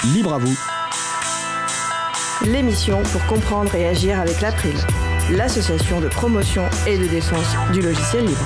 Libre à vous. L'émission pour comprendre et agir avec l'April, l'association de promotion et de défense du logiciel libre.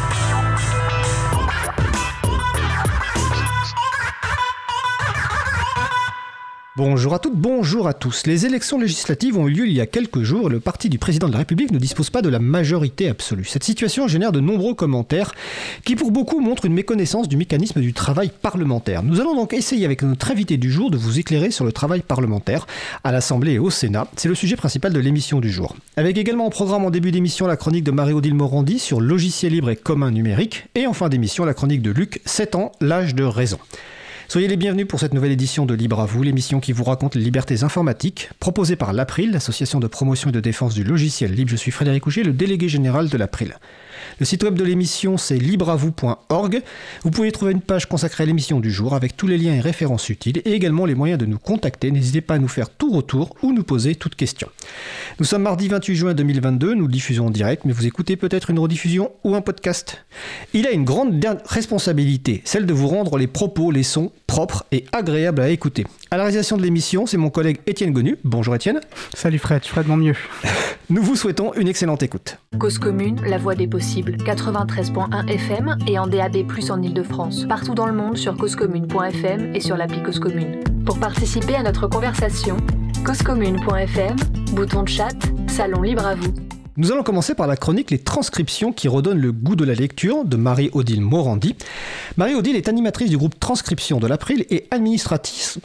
Bonjour à toutes, bonjour à tous. Les élections législatives ont eu lieu il y a quelques jours et le parti du président de la République ne dispose pas de la majorité absolue. Cette situation génère de nombreux commentaires qui pour beaucoup montrent une méconnaissance du mécanisme du travail parlementaire. Nous allons donc essayer avec notre invité du jour de vous éclairer sur le travail parlementaire à l'Assemblée et au Sénat. C'est le sujet principal de l'émission du jour. Avec également en programme en début d'émission la chronique de Marie-Odile Morandi sur logiciel libre et commun numérique et en fin d'émission la chronique de Luc, 7 ans, l'âge de raison. Soyez les bienvenus pour cette nouvelle édition de Libre à vous, l'émission qui vous raconte les libertés informatiques, proposée par l'April, l'association de promotion et de défense du logiciel libre. Je suis Frédéric Ouget, le délégué général de l'April. Le site web de l'émission, c'est libreavou.org. Vous pouvez trouver une page consacrée à l'émission du jour avec tous les liens et références utiles et également les moyens de nous contacter. N'hésitez pas à nous faire tout retour ou nous poser toute question. Nous sommes mardi 28 juin 2022, nous diffusons en direct, mais vous écoutez peut-être une rediffusion ou un podcast. Il a une grande responsabilité, celle de vous rendre les propos, les sons propres et agréables à écouter. À la réalisation de l'émission, c'est mon collègue Étienne Gonu. Bonjour Étienne. Salut Fred, je ferai de mon mieux. Nous vous souhaitons une excellente écoute. Cause commune, la voix des possibles, 93.1 FM et en DAB+, en Ile-de-France. Partout dans le monde sur causecommune.fm et sur l'appli Cause Commune. Pour participer à notre conversation, causecommune.fm, bouton de chat, salon libre à vous. Nous allons commencer par la chronique Les transcriptions qui redonnent le goût de la lecture de Marie-Odile Morandi. Marie-Odile est animatrice du groupe Transcription de l'April et administratrice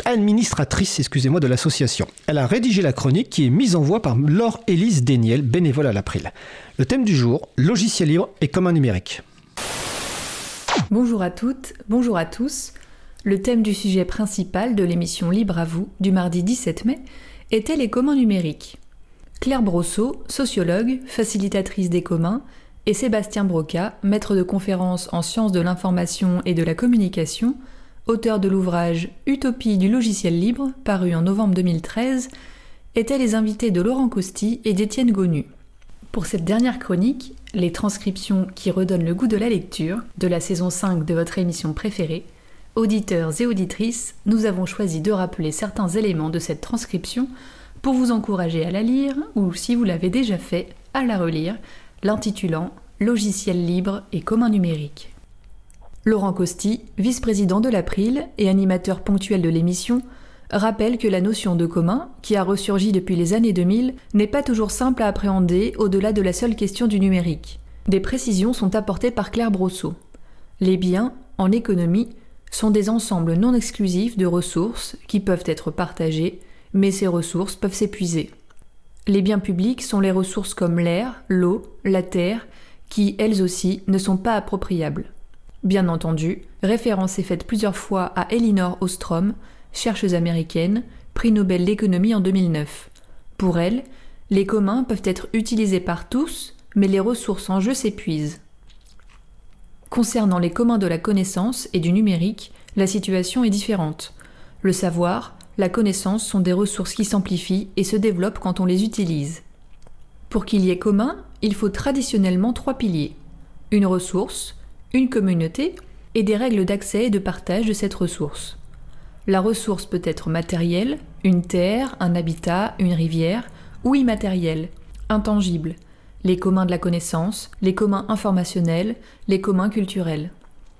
de l'association. Elle a rédigé la chronique qui est mise en voix par Laure-Élise Déniel, bénévole à l'April. Le thème du jour, logiciel libre et commun numérique. Bonjour à toutes, bonjour à tous. Le thème du sujet principal de l'émission Libre à vous du mardi 17 mai était les communs numériques. Claire Brosseau, sociologue, facilitatrice des communs, et Sébastien Broca, maître de conférences en sciences de l'information et de la communication, auteur de l'ouvrage Utopie du logiciel libre, paru en novembre 2013, étaient les invités de Laurent Costi et d'Étienne Gonu. Pour cette dernière chronique, les transcriptions qui redonnent le goût de la lecture, de la saison 5 de votre émission préférée, auditeurs et auditrices, nous avons choisi de rappeler certains éléments de cette transcription pour vous encourager à la lire, ou si vous l'avez déjà fait, à la relire, l'intitulant « Logiciel libre et commun numérique ». Laurent Costi, vice-président de l'April et animateur ponctuel de l'émission, rappelle que la notion de commun, qui a ressurgi depuis les années 2000, n'est pas toujours simple à appréhender au-delà de la seule question du numérique. Des précisions sont apportées par Claire Brosseau. Les biens, en économie, sont des ensembles non exclusifs de ressources qui peuvent être partagées, mais ces ressources peuvent s'épuiser. Les biens publics sont les ressources comme l'air, l'eau, la terre, qui, elles aussi, ne sont pas appropriables. Bien entendu, référence est faite plusieurs fois à Elinor Ostrom, chercheuse américaine, prix Nobel d'économie en 2009. Pour elle, les communs peuvent être utilisés par tous, mais les ressources en jeu s'épuisent. Concernant les communs de la connaissance et du numérique, la situation est différente. Le savoir, la connaissance sont des ressources qui s'amplifient et se développent quand on les utilise. Pour qu'il y ait commun, il faut traditionnellement 3 piliers. Une ressource, une communauté et des règles d'accès et de partage de cette ressource. La ressource peut être matérielle, une terre, un habitat, une rivière, ou immatérielle, intangible, les communs de la connaissance, les communs informationnels, les communs culturels.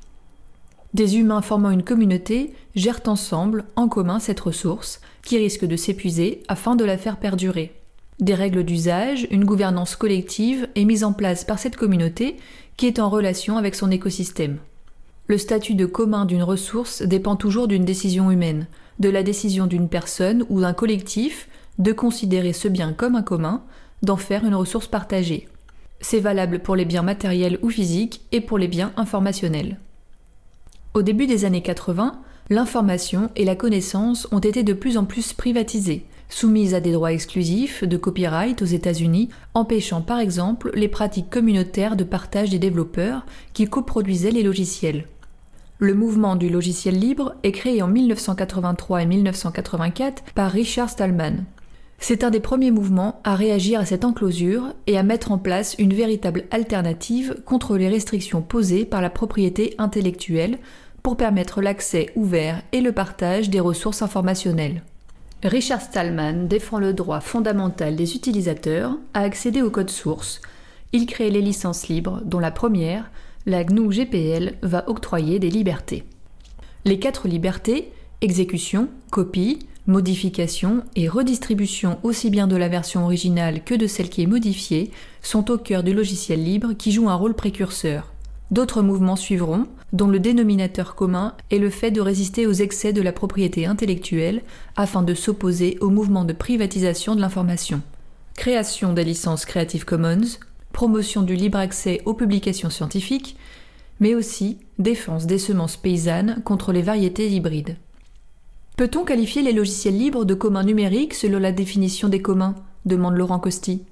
Des humains formant une communauté gèrent ensemble, en commun, cette ressource, qui risque de s'épuiser afin de la faire perdurer. Des règles d'usage, une gouvernance collective est mise en place par cette communauté qui est en relation avec son écosystème. Le statut de commun d'une ressource dépend toujours d'une décision humaine, de la décision d'une personne ou d'un collectif de considérer ce bien comme un commun, d'en faire une ressource partagée. C'est valable pour les biens matériels ou physiques et pour les biens informationnels. Au début des années 80, l'information et la connaissance ont été de plus en plus privatisées, soumises à des droits exclusifs de copyright aux États-Unis, empêchant par exemple les pratiques communautaires de partage des développeurs qui coproduisaient les logiciels. Le mouvement du logiciel libre est créé en 1983 et 1984 par Richard Stallman. C'est un des premiers mouvements à réagir à cette enclosure et à mettre en place une véritable alternative contre les restrictions posées par la propriété intellectuelle pour permettre l'accès ouvert et le partage des ressources informationnelles. Richard Stallman défend le droit fondamental des utilisateurs à accéder au code source. Il crée les licences libres, dont la première, la GNU GPL, va octroyer des libertés. Les 4 libertés, exécution, copie, modification et redistribution aussi bien de la version originale que de celle qui est modifiée, sont au cœur du logiciel libre qui joue un rôle précurseur. D'autres mouvements suivront, dont le dénominateur commun est le fait de résister aux excès de la propriété intellectuelle afin de s'opposer au mouvement de privatisation de l'information. Création des licences Creative Commons, promotion du libre accès aux publications scientifiques, mais aussi défense des semences paysannes contre les variétés hybrides. Peut-on qualifier les logiciels libres de communs numériques selon la définition des communs ? Demande Laurent Costi.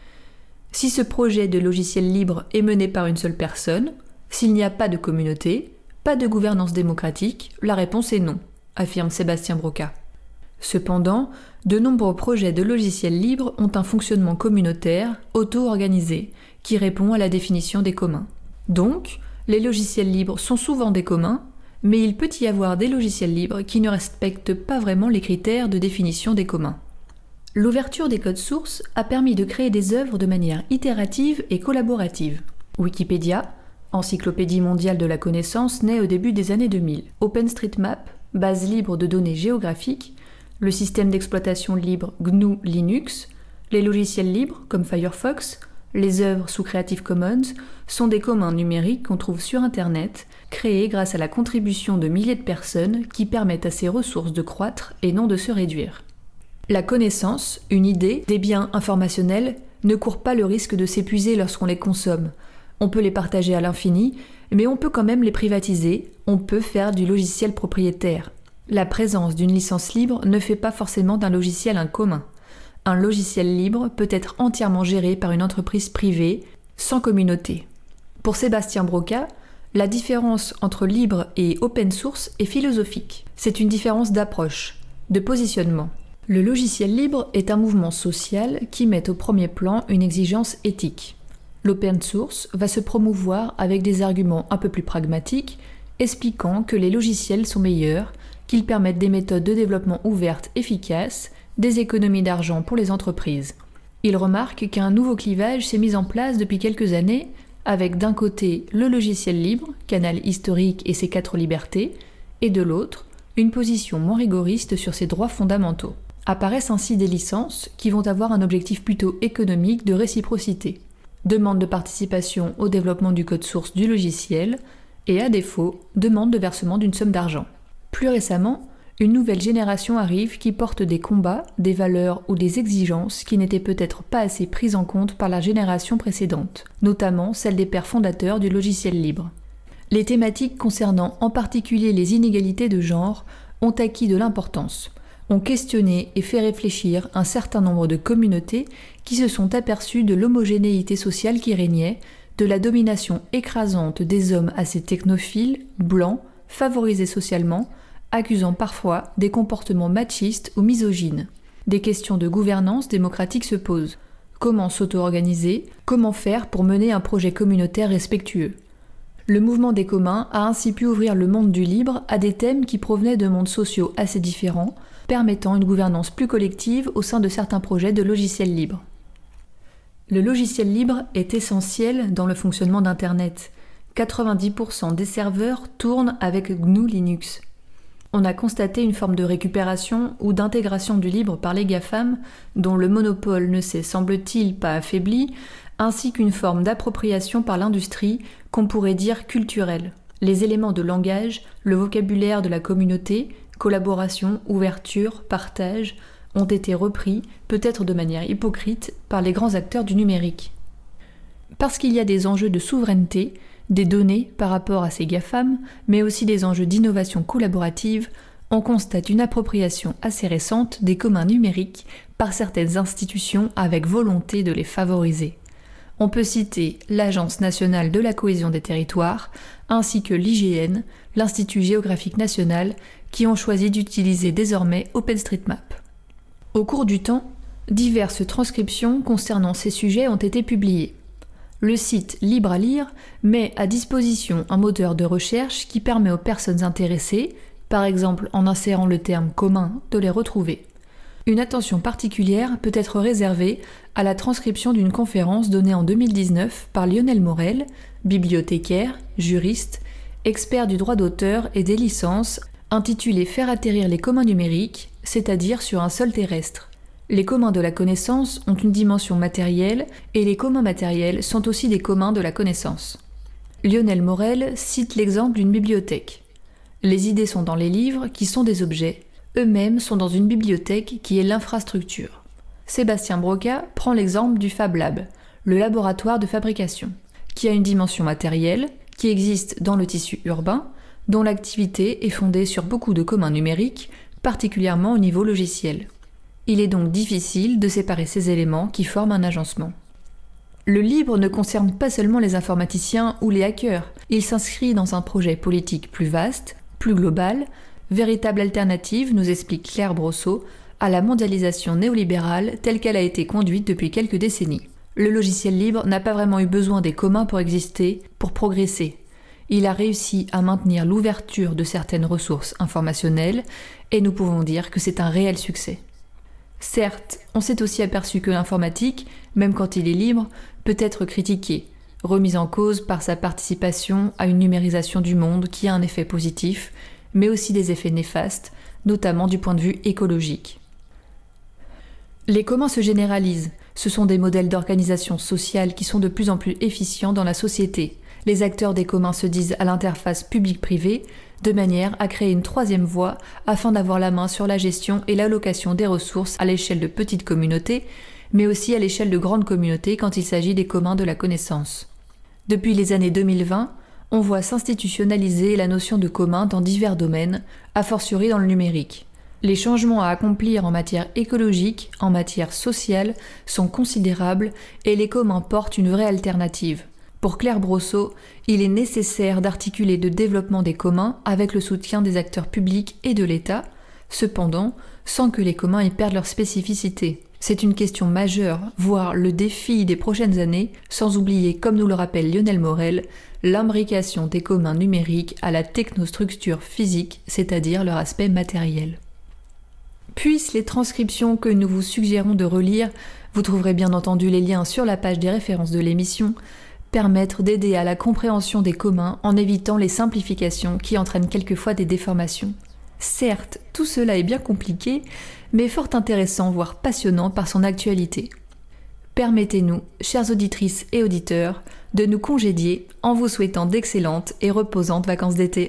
Si ce projet de logiciel libre est mené par une seule personne, s'il n'y a pas de communauté, pas de gouvernance démocratique, la réponse est non, affirme Sébastien Broca. Cependant, de nombreux projets de logiciels libres ont un fonctionnement communautaire, auto-organisé, qui répond à la définition des communs. Donc, les logiciels libres sont souvent des communs, mais il peut y avoir des logiciels libres qui ne respectent pas vraiment les critères de définition des communs. L'ouverture des codes sources a permis de créer des œuvres de manière itérative et collaborative. Wikipédia, encyclopédie mondiale de la connaissance, naît au début des années 2000. OpenStreetMap, base libre de données géographiques, le système d'exploitation libre GNU Linux, les logiciels libres comme Firefox, les œuvres sous Creative Commons sont des communs numériques qu'on trouve sur Internet, créés grâce à la contribution de milliers de personnes qui permettent à ces ressources de croître et non de se réduire. La connaissance, une idée, des biens informationnels ne courent pas le risque de s'épuiser lorsqu'on les consomme. On peut les partager à l'infini, mais on peut quand même les privatiser, on peut faire du logiciel propriétaire. La présence d'une licence libre ne fait pas forcément d'un logiciel un commun. Un logiciel libre peut être entièrement géré par une entreprise privée, sans communauté. Pour Sébastien Broca, la différence entre libre et open source est philosophique. C'est une différence d'approche, de positionnement. Le logiciel libre est un mouvement social qui met au premier plan une exigence éthique. L'open source va se promouvoir avec des arguments un peu plus pragmatiques, expliquant que les logiciels sont meilleurs, qu'ils permettent des méthodes de développement ouvertes, efficaces, des économies d'argent pour les entreprises. Il remarque qu'un nouveau clivage s'est mis en place depuis quelques années, avec d'un côté le logiciel libre, canal historique et ses 4 libertés, et de l'autre, une position moins rigoriste sur ses droits fondamentaux. Apparaissent ainsi des licences qui vont avoir un objectif plutôt économique de réciprocité. Demande de participation au développement du code source du logiciel, et à défaut, demande de versement d'une somme d'argent. Plus récemment, une nouvelle génération arrive qui porte des combats, des valeurs ou des exigences qui n'étaient peut-être pas assez prises en compte par la génération précédente, notamment celle des pères fondateurs du logiciel libre. Les thématiques concernant en particulier les inégalités de genre ont acquis de l'importance, ont questionné et fait réfléchir un certain nombre de communautés qui se sont aperçues de l'homogénéité sociale qui régnait, de la domination écrasante des hommes assez technophiles, blancs, favorisés socialement, accusant parfois des comportements machistes ou misogynes. Des questions de gouvernance démocratique se posent. Comment s'auto-organiser ? Comment faire pour mener un projet communautaire respectueux ? Le mouvement des communs a ainsi pu ouvrir le monde du libre à des thèmes qui provenaient de mondes sociaux assez différents, permettant une gouvernance plus collective au sein de certains projets de logiciels libres. Le logiciel libre est essentiel dans le fonctionnement d'Internet. 90% des serveurs tournent avec GNU Linux. On a constaté une forme de récupération ou d'intégration du libre par les GAFAM, dont le monopole ne s'est, semble-t-il, pas affaibli, ainsi qu'une forme d'appropriation par l'industrie qu'on pourrait dire culturelle. Les éléments de langage, le vocabulaire de la communauté, collaboration, ouverture, partage, ont été repris, peut-être de manière hypocrite, par les grands acteurs du numérique. Parce qu'il y a des enjeux de souveraineté, des données par rapport à ces GAFAM, mais aussi des enjeux d'innovation collaborative, on constate une appropriation assez récente des communs numériques par certaines institutions avec volonté de les favoriser. On peut citer l'Agence nationale de la cohésion des territoires, ainsi que l'IGN, l'Institut géographique national, qui ont choisi d'utiliser désormais OpenStreetMap. Au cours du temps, diverses transcriptions concernant ces sujets ont été publiées. Le site Libre à lire met à disposition un moteur de recherche qui permet aux personnes intéressées, par exemple en insérant le terme commun, de les retrouver. Une attention particulière peut être réservée à la transcription d'une conférence donnée en 2019 par Lionel Morel, bibliothécaire, juriste, expert du droit d'auteur et des licences, intitulée « Faire atterrir les communs numériques », c'est-à-dire sur un sol terrestre. Les communs de la connaissance ont une dimension matérielle et les communs matériels sont aussi des communs de la connaissance. Lionel Morel cite l'exemple d'une bibliothèque. Les idées sont dans les livres qui sont des objets. Eux-mêmes sont dans une bibliothèque qui est l'infrastructure. Sébastien Broca prend l'exemple du Fab Lab, le laboratoire de fabrication, qui a une dimension matérielle, qui existe dans le tissu urbain, dont l'activité est fondée sur beaucoup de communs numériques, particulièrement au niveau logiciel. Il est donc difficile de séparer ces éléments qui forment un agencement. Le libre ne concerne pas seulement les informaticiens ou les hackers, il s'inscrit dans un projet politique plus vaste, plus global, véritable alternative, nous explique Claire Brosseau, à la mondialisation néolibérale telle qu'elle a été conduite depuis quelques décennies. Le logiciel libre n'a pas vraiment eu besoin des communs pour exister, pour progresser. Il a réussi à maintenir l'ouverture de certaines ressources informationnelles et nous pouvons dire que c'est un réel succès. Certes, on s'est aussi aperçu que l'informatique, même quand il est libre, peut être critiqué, remise en cause par sa participation à une numérisation du monde qui a un effet positif, mais aussi des effets néfastes, notamment du point de vue écologique. Les communs se généralisent, ce sont des modèles d'organisation sociale qui sont de plus en plus efficients dans la société. Les acteurs des communs se disent à l'interface public-privé, de manière à créer une troisième voie afin d'avoir la main sur la gestion et l'allocation des ressources à l'échelle de petites communautés, mais aussi à l'échelle de grandes communautés quand il s'agit des communs de la connaissance. Depuis les années 2020, on voit s'institutionnaliser la notion de commun dans divers domaines, a fortiori dans le numérique. Les changements à accomplir en matière écologique, en matière sociale, sont considérables et les communs portent une vraie alternative. Pour Claire Brosseau, il est nécessaire d'articuler le développement des communs avec le soutien des acteurs publics et de l'État, cependant, sans que les communs y perdent leur spécificité. C'est une question majeure, voire le défi des prochaines années, sans oublier, comme nous le rappelle Lionel Morel, l'imbrication des communs numériques à la technostructure physique, c'est-à-dire leur aspect matériel. Puissent les transcriptions que nous vous suggérons de relire, vous trouverez bien entendu les liens sur la page des références de l'émission, permettre d'aider à la compréhension des communs en évitant les simplifications qui entraînent quelquefois des déformations. Certes, tout cela est bien compliqué, mais fort intéressant, voire passionnant par son actualité. Permettez-nous, chères auditrices et auditeurs, de nous congédier en vous souhaitant d'excellentes et reposantes vacances d'été.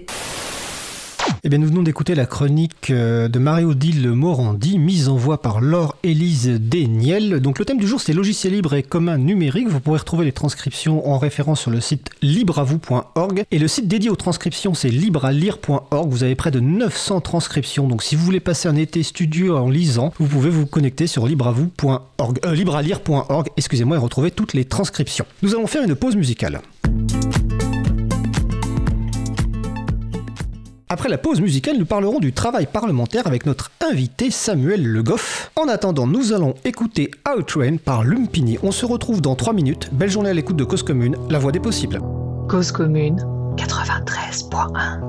Eh bien, nous venons d'écouter la chronique de Marie-Odile Morandi, mise en voix par Laure-Élise Desniel. Donc, le thème du jour, c'est logiciel libre et commun numérique. Vous pourrez retrouver les transcriptions en référence sur le site libreavou.org. Et le site dédié aux transcriptions, c'est librealire.org. Vous avez près de 900 transcriptions. Donc, si vous voulez passer un été studieux en lisant, vous pouvez vous connecter sur librealire.org, excusez-moi, et retrouver toutes les transcriptions. Nous allons faire une pause musicale. Après la pause musicale, nous parlerons du travail parlementaire avec notre invité Samuel Le Goff. En attendant, nous allons écouter Outrain par Lumpini. On se retrouve dans 3 minutes. Belle journée à l'écoute de Cause Commune, la voix des possibles. Cause Commune 93.1.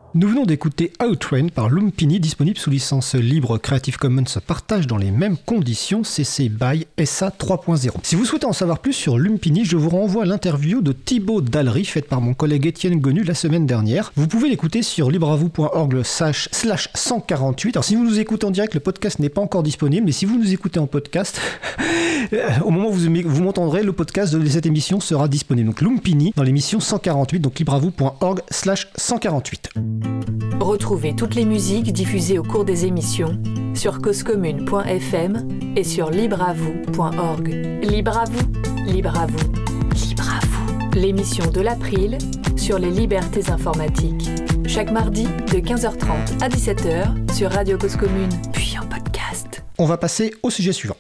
Nous venons d'écouter Outrain par Lumpini, disponible sous licence libre Creative Commons partage dans les mêmes conditions CC BY SA 3.0. Si vous souhaitez en savoir plus sur Lumpini, je vous renvoie à l'interview de Thibaut Dallery faite par mon collègue Étienne Gonu la semaine dernière. Vous pouvez l'écouter sur libreavoue.org/148. Alors si vous nous écoutez en direct, le podcast n'est pas encore disponible, mais si vous nous écoutez en podcast, au moment où vous m'entendrez, le podcast de cette émission sera disponible. Donc Lumpini dans l'émission 148, donc libreavoue.org/148. Retrouvez toutes les musiques diffusées au cours des émissions sur causecommune.fm et sur libreavoue.org. Libre à vous, libre à vous, libre à vous. L'émission de l'April sur les libertés informatiques. Chaque mardi de 15h30 à 17h sur Radio Cause Commune, puis en podcast. On va passer au sujet suivant.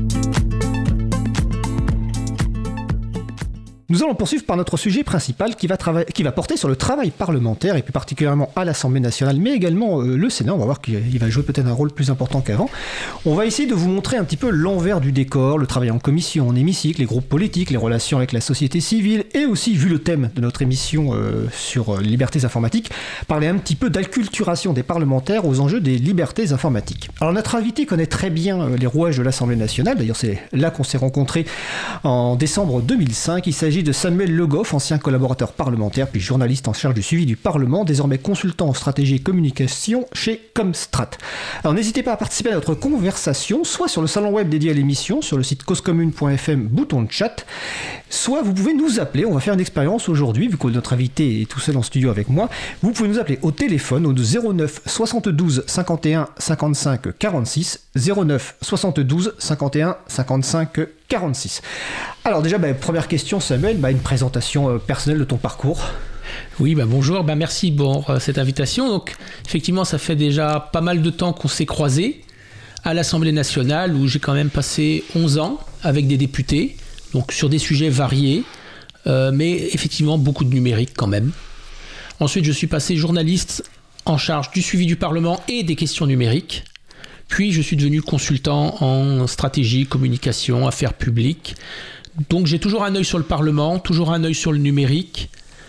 Nous allons poursuivre par notre sujet principal qui va porter sur le travail parlementaire et plus particulièrement à l'Assemblée nationale, mais également le Sénat. On va voir qu'il va jouer peut-être un rôle plus important qu'avant. On va essayer de vous montrer un petit peu l'envers du décor, le travail en commission, en hémicycle, les groupes politiques, les relations avec la société civile et aussi, vu le thème de notre émission sur les libertés informatiques, parler un petit peu d'acculturation des parlementaires aux enjeux des libertés informatiques. Alors notre invité connaît très bien les rouages de l'Assemblée nationale, d'ailleurs c'est là qu'on s'est rencontrés en décembre 2005. Il s'agit de Samuel Le Goff, ancien collaborateur parlementaire puis journaliste en charge du suivi du Parlement, désormais consultant en stratégie et communication chez Comstrat. Alors n'hésitez pas à participer à notre conversation, soit sur le salon web dédié à l'émission, sur le site causecommune.fm, bouton de chat, soit vous pouvez nous appeler. On va faire une expérience aujourd'hui, vu que notre invité est tout seul en studio avec moi. Vous pouvez nous appeler au téléphone au 09 72 51 55 46, 09 72 51 55 46. Alors déjà, première question Samuel, une présentation personnelle de ton parcours. Oui, bonjour, merci pour cette invitation. Donc effectivement, ça fait déjà pas mal de temps qu'on s'est croisés à l'Assemblée nationale où j'ai quand même passé 11 ans avec des députés, donc sur des sujets variés, mais effectivement beaucoup de numérique quand même. Ensuite, je suis passé journaliste en charge du suivi du Parlement et des questions numériques. Puis je suis devenu consultant en stratégie, communication, affaires publiques. Donc j'ai toujours un œil sur le Parlement, toujours un œil sur le numérique.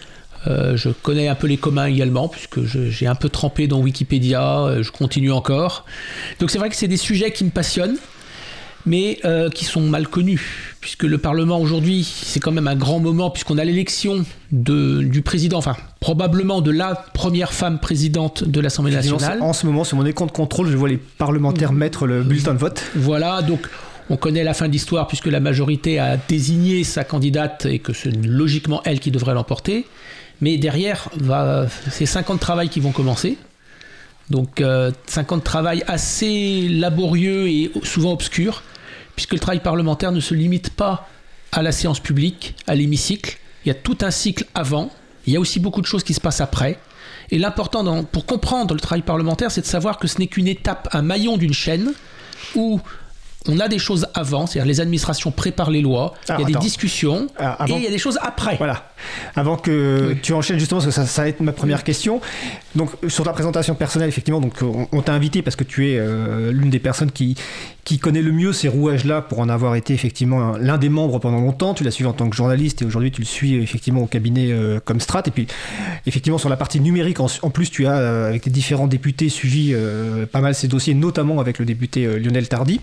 Je connais un peu les communs également, puisque j'ai un peu trempé dans Wikipédia, je continue encore. Donc c'est vrai que c'est des sujets qui me passionnent, mais qui sont mal connus, puisque le Parlement aujourd'hui, c'est quand même un grand moment, puisqu'on a l'élection du président, enfin probablement de la première femme présidente de l'Assemblée nationale. En ce moment, sur mon écran de contrôle, je vois les parlementaires mettre le bulletin de vote. Voilà, donc on connaît la fin de l'histoire, puisque la majorité a désigné sa candidate et que c'est logiquement elle qui devrait l'emporter. Mais derrière, c'est 5 ans de travail qui vont commencer. Donc 5 ans de travail assez laborieux et souvent obscurs, puisque le travail parlementaire ne se limite pas à la séance publique, à l'hémicycle. Il y a tout un cycle avant. Il y a aussi beaucoup de choses qui se passent après. Et l'important pour comprendre le travail parlementaire, c'est de savoir que ce n'est qu'une étape, un maillon d'une chaîne où on a des choses avant, c'est-à-dire les administrations préparent les lois, il y a des discussions, et il y a des choses après. Voilà. Avant que tu enchaînes justement, parce que ça va être ma première question. Donc sur ta présentation personnelle, effectivement, donc on t'a invité parce que tu es l'une des personnes qui connaît le mieux ces rouages-là pour en avoir été effectivement l'un des membres pendant longtemps. Tu l'as suivi en tant que journaliste et aujourd'hui tu le suis effectivement au cabinet Comstrat. Et puis effectivement sur la partie numérique, en plus tu as avec les différents députés suivi pas mal ces dossiers, notamment avec le député Lionel Tardy.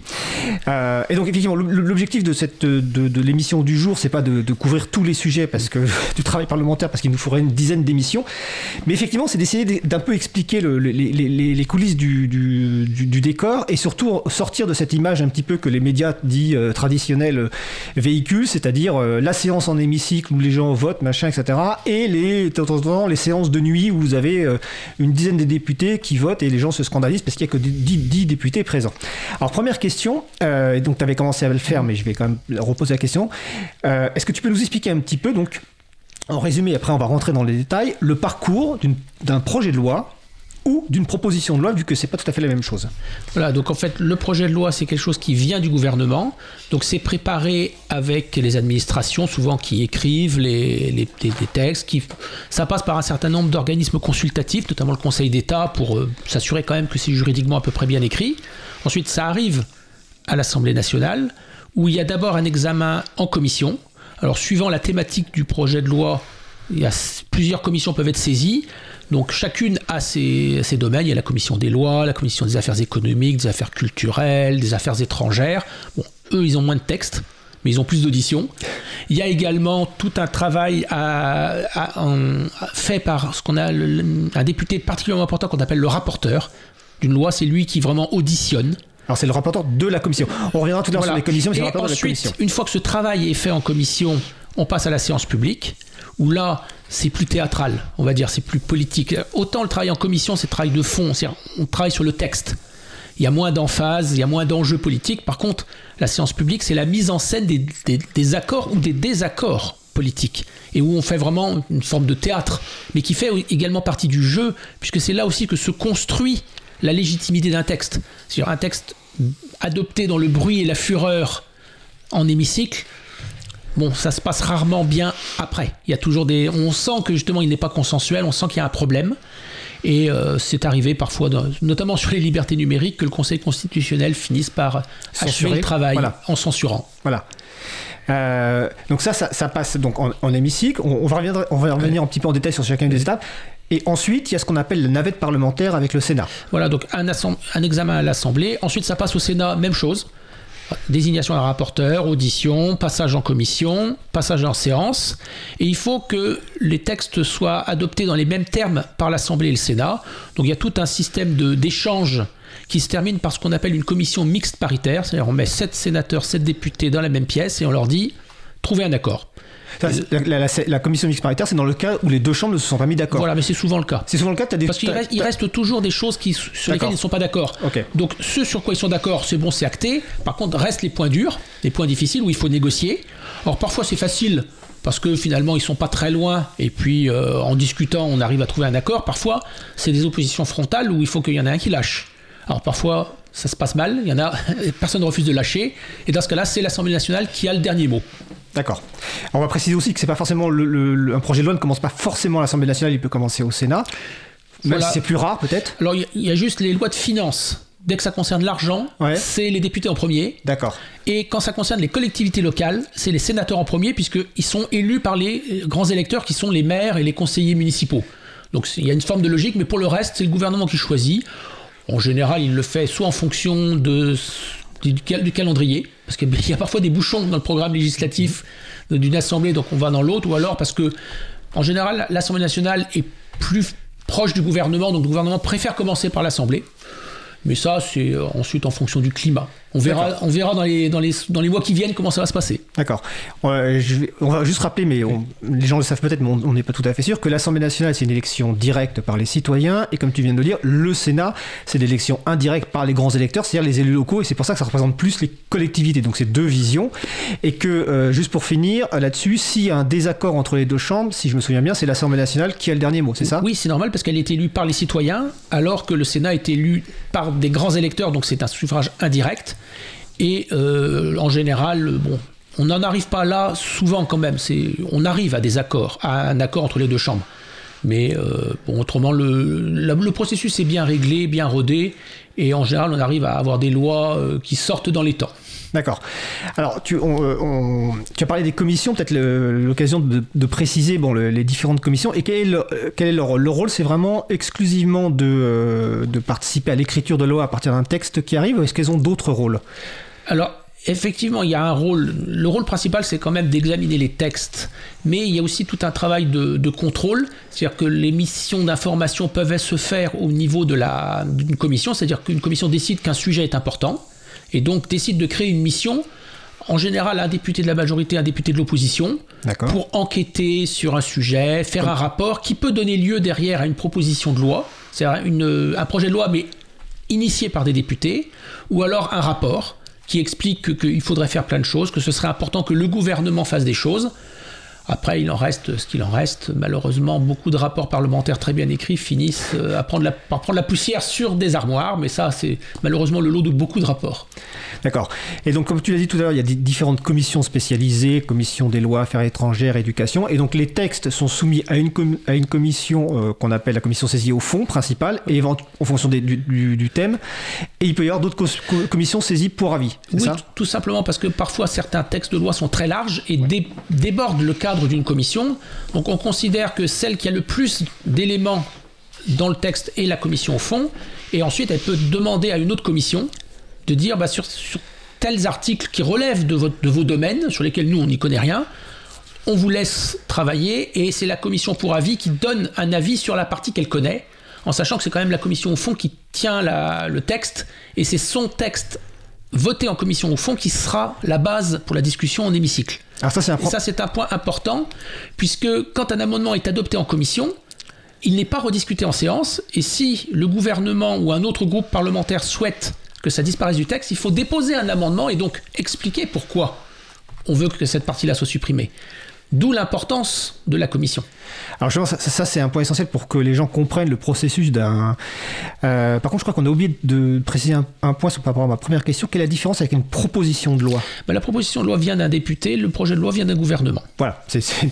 Et donc effectivement l'objectif de l'émission du jour, c'est pas de couvrir tous les sujets parce que du travail parlementaire, parce qu'il nous faudrait une dizaine d'émissions, mais effectivement c'est d'essayer d'un peu expliquer les coulisses du décor et surtout sortir de cette image un petit peu que les médias dits traditionnels véhiculent, c'est-à-dire la séance en hémicycle où les gens votent, machin, etc. et de temps en temps les séances de nuit où vous avez une dizaine de députés qui votent et les gens se scandalisent parce qu'il n'y a que 10 députés présents. Alors première question, et donc tu avais commencé à le faire mais je vais quand même reposer la question, est-ce que tu peux nous expliquer un petit peu, donc en résumé, après on va rentrer dans les détails, le parcours d'un projet de loi ou d'une proposition de loi, vu que c'est pas tout à fait la même chose. Voilà, donc en fait, le projet de loi, c'est quelque chose qui vient du gouvernement, donc c'est préparé avec les administrations, souvent qui écrivent les textes, ça passe par un certain nombre d'organismes consultatifs, notamment le Conseil d'État, pour s'assurer quand même que c'est juridiquement à peu près bien écrit. Ensuite, ça arrive à l'Assemblée nationale, où il y a d'abord un examen en commission. Alors, suivant la thématique du projet de loi, plusieurs commissions peuvent être saisies. Donc chacune a ses domaines. Il y a la commission des lois, la commission des affaires économiques, des affaires culturelles, des affaires étrangères. Bon, eux, ils ont moins de textes, mais ils ont plus d'auditions. Il y a également tout un travail fait par ce qu'on a un député particulièrement important qu'on appelle le rapporteur d'une loi. C'est lui qui vraiment auditionne. Alors c'est le rapporteur de la commission. On reviendra tout à l'heure sur les commissions, mais c'est le rapporteur de la commission. Une fois que ce travail est fait en commission, on passe à la séance publique, où là, c'est plus théâtral, on va dire, c'est plus politique. Autant le travail en commission, c'est le travail de fond, c'est-à-dire on travaille sur le texte. Il y a moins d'emphase, il y a moins d'enjeux politiques. Par contre, la séance publique, c'est la mise en scène des accords ou des désaccords politiques, et où on fait vraiment une forme de théâtre, mais qui fait également partie du jeu, puisque c'est là aussi que se construit la légitimité d'un texte. C'est-à-dire un texte adopté dans le bruit et la fureur en hémicycle, bon, ça se passe rarement bien après. Il y a toujours on sent que justement il n'est pas consensuel, on sent qu'il y a un problème. Et c'est arrivé parfois, notamment sur les libertés numériques, que le Conseil constitutionnel finisse par achever le travail en censurant. Voilà. Donc ça passe donc en hémicycle. On va revenir un petit peu en détail sur chacune des étapes. Et ensuite, il y a ce qu'on appelle la navette parlementaire avec le Sénat. Voilà, donc un examen à l'Assemblée. Ensuite, ça passe au Sénat, même chose. Désignation d'un rapporteur, audition, passage en commission, passage en séance. Et il faut que les textes soient adoptés dans les mêmes termes par l'Assemblée et le Sénat. Donc il y a tout un système d'échange qui se termine par ce qu'on appelle une commission mixte paritaire. C'est-à-dire on met 7 sénateurs, 7 députés dans la même pièce et on leur dit « trouvez un accord ». La commission mixte paritaire, c'est dans le cas où les deux chambres ne se sont pas mis d'accord. Voilà, mais c'est souvent le cas. C'est souvent le cas. Parce qu'il reste toujours des choses sur lesquelles ils ne sont pas d'accord. Okay. Donc, ce sur quoi ils sont d'accord, c'est bon, c'est acté. Par contre, restent les points durs, les points difficiles où il faut négocier. Alors, parfois, c'est facile parce que finalement, ils ne sont pas très loin. Et puis, en discutant, on arrive à trouver un accord. Parfois, c'est des oppositions frontales où il faut qu'il y en ait un qui lâche. Alors, parfois, ça se passe mal. Personne ne refuse de lâcher. Et dans ce cas-là, c'est l'Assemblée nationale qui a le dernier mot. D'accord. On va préciser aussi que c'est pas forcément un projet de loi ne commence pas forcément à l'Assemblée nationale, il peut commencer au Sénat. Même si c'est plus rare peut-être. Alors il y a juste les lois de finances. Dès que ça concerne l'argent, c'est les députés en premier. D'accord. Et quand ça concerne les collectivités locales, c'est les sénateurs en premier, puisqu'ils sont élus par les grands électeurs qui sont les maires et les conseillers municipaux. Donc il y a une forme de logique, mais pour le reste, c'est le gouvernement qui choisit. En général, il le fait soit en fonction du calendrier, parce qu'il y a parfois des bouchons dans le programme législatif d'une assemblée, donc on va dans l'autre, ou alors parce que, en général, l'Assemblée nationale est plus proche du gouvernement, donc le gouvernement préfère commencer par l'Assemblée. Mais ça, c'est ensuite en fonction du climat. On verra dans les mois qui viennent comment ça va se passer. D'accord. On va juste rappeler, mais les gens le savent peut-être, mais on n'est pas tout à fait sûr, que l'Assemblée nationale, c'est une élection directe par les citoyens, et comme tu viens de le dire, le Sénat, c'est l'élection indirecte par les grands électeurs, c'est-à-dire les élus locaux, et c'est pour ça que ça représente plus les collectivités. Donc c'est deux visions. Et que, juste pour finir là-dessus, s'il y a un désaccord entre les deux chambres, si je me souviens bien, c'est l'Assemblée nationale qui a le dernier mot, c'est ça ? Oui, c'est normal, parce qu'elle est élue par les citoyens, alors que le Sénat est élu par des grands électeurs, donc c'est un suffrage indirect. Et en général, on n'en arrive pas là souvent quand même. On arrive à un accord entre les deux chambres. Mais autrement, le processus est bien réglé, bien rodé. Et en général, on arrive à avoir des lois qui sortent dans les temps. D'accord. Alors, tu as parlé des commissions, peut-être l'occasion de préciser les différentes commissions. Et quel est leur rôle ? Le rôle, c'est vraiment exclusivement de participer à l'écriture de loi à partir d'un texte qui arrive, ou est-ce qu'elles ont d'autres rôles ? Alors, effectivement, il y a un rôle. Le rôle principal, c'est quand même d'examiner les textes. Mais il y a aussi tout un travail de contrôle. C'est-à-dire que les missions d'information peuvent se faire au niveau d'une commission. C'est-à-dire qu'une commission décide qu'un sujet est important. Et donc décide de créer une mission, en général un député de la majorité, un député de l'opposition, pour enquêter sur un sujet, faire un rapport qui peut donner lieu derrière à une proposition de loi, c'est-à-dire un projet de loi mais initié par des députés, ou alors un rapport qui explique qu'il faudrait faire plein de choses, que ce serait important que le gouvernement fasse des choses. Après, il en reste ce qu'il en reste. Malheureusement, beaucoup de rapports parlementaires très bien écrits finissent par prendre la poussière sur des armoires, mais ça, c'est malheureusement le lot de beaucoup de rapports. D'accord. Et donc, comme tu l'as dit tout à l'heure, il y a différentes commissions spécialisées, commission des lois, affaires étrangères, éducation, et donc les textes sont soumis à une commission qu'on appelle la commission saisie au fond principale, et en fonction du thème, et il peut y avoir d'autres commissions saisies pour avis, c'est ça ? Tout simplement parce que parfois certains textes de loi sont très larges et débordent le cadre d'une commission. Donc on considère que celle qui a le plus d'éléments dans le texte et la commission au fond, et ensuite elle peut demander à une autre commission de dire sur tels articles qui relèvent de vos domaines, sur lesquels nous on n'y connaît rien, on vous laisse travailler, et c'est la commission pour avis qui donne un avis sur la partie qu'elle connaît, en sachant que c'est quand même la commission au fond qui tient le texte, et c'est son texte voté en commission au fond qui sera la base pour la discussion en hémicycle. Alors ça, c'est un point important, puisque quand un amendement est adopté en commission, il n'est pas rediscuté en séance, et si le gouvernement ou un autre groupe parlementaire souhaite que ça disparaisse du texte, il faut déposer un amendement et donc expliquer pourquoi on veut que cette partie-là soit supprimée. D'où l'importance de la commission. Alors justement, ça c'est un point essentiel pour que les gens comprennent le processus d'un... par contre, je crois qu'on a oublié de préciser un point par rapport à ma première question. Quelle est la différence avec une proposition de loi ? La proposition de loi vient d'un député, le projet de loi vient d'un gouvernement. Voilà,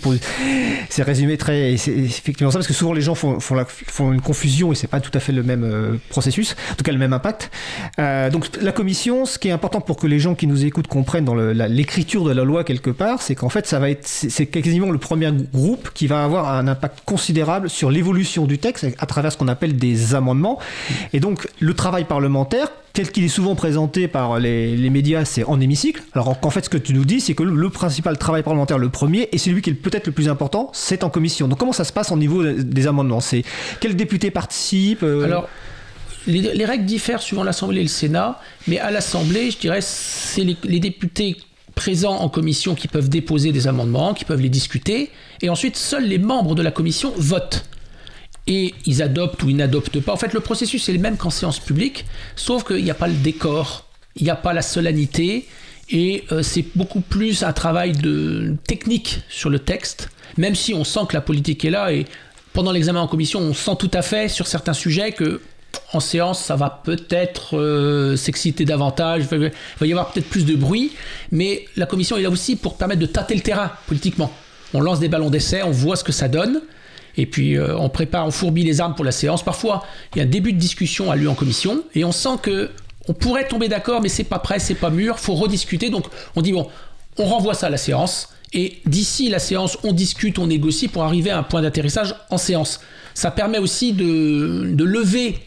c'est résumé très... C'est effectivement ça, parce que souvent les gens font une confusion et c'est pas tout à fait le même processus, en tout cas le même impact. Donc la commission, ce qui est important pour que les gens qui nous écoutent comprennent dans l'écriture de la loi quelque part, c'est qu'en fait ça va être... C'est quasiment le premier groupe qui va avoir un impact considérable sur l'évolution du texte à travers ce qu'on appelle des amendements. Et donc, le travail parlementaire, tel qu'il est souvent présenté par les médias, c'est en hémicycle. Alors qu'en fait, ce que tu nous dis, c'est que le principal travail parlementaire, le premier, et celui qui est peut-être le plus important, c'est en commission. Donc, comment ça se passe au niveau des amendements ? C'est quels députés participent Alors, les règles diffèrent suivant l'Assemblée et le Sénat, mais à l'Assemblée, je dirais, c'est les députés présents en commission qui peuvent déposer des amendements, qui peuvent les discuter, et ensuite seuls les membres de la commission votent. Et ils adoptent ou ils n'adoptent pas. En fait, le processus est le même qu'en séance publique, sauf qu'il n'y a pas le décor, il n'y a pas la solennité, et c'est beaucoup plus un travail technique sur le texte, même si on sent que la politique est là, et pendant l'examen en commission, on sent tout à fait sur certains sujets que en séance, ça va peut-être s'exciter davantage, il va y avoir peut-être plus de bruit, mais la commission est là aussi pour permettre de tâter le terrain politiquement. On lance des ballons d'essai, on voit ce que ça donne, et puis on fourbit les armes pour la séance. Parfois, il y a un début de discussion a lieu en commission, et on sent qu'on pourrait tomber d'accord, mais c'est pas prêt, c'est pas mûr, il faut rediscuter, donc on dit on renvoie ça à la séance, et d'ici la séance, on discute, on négocie pour arriver à un point d'atterrissage en séance. Ça permet aussi de lever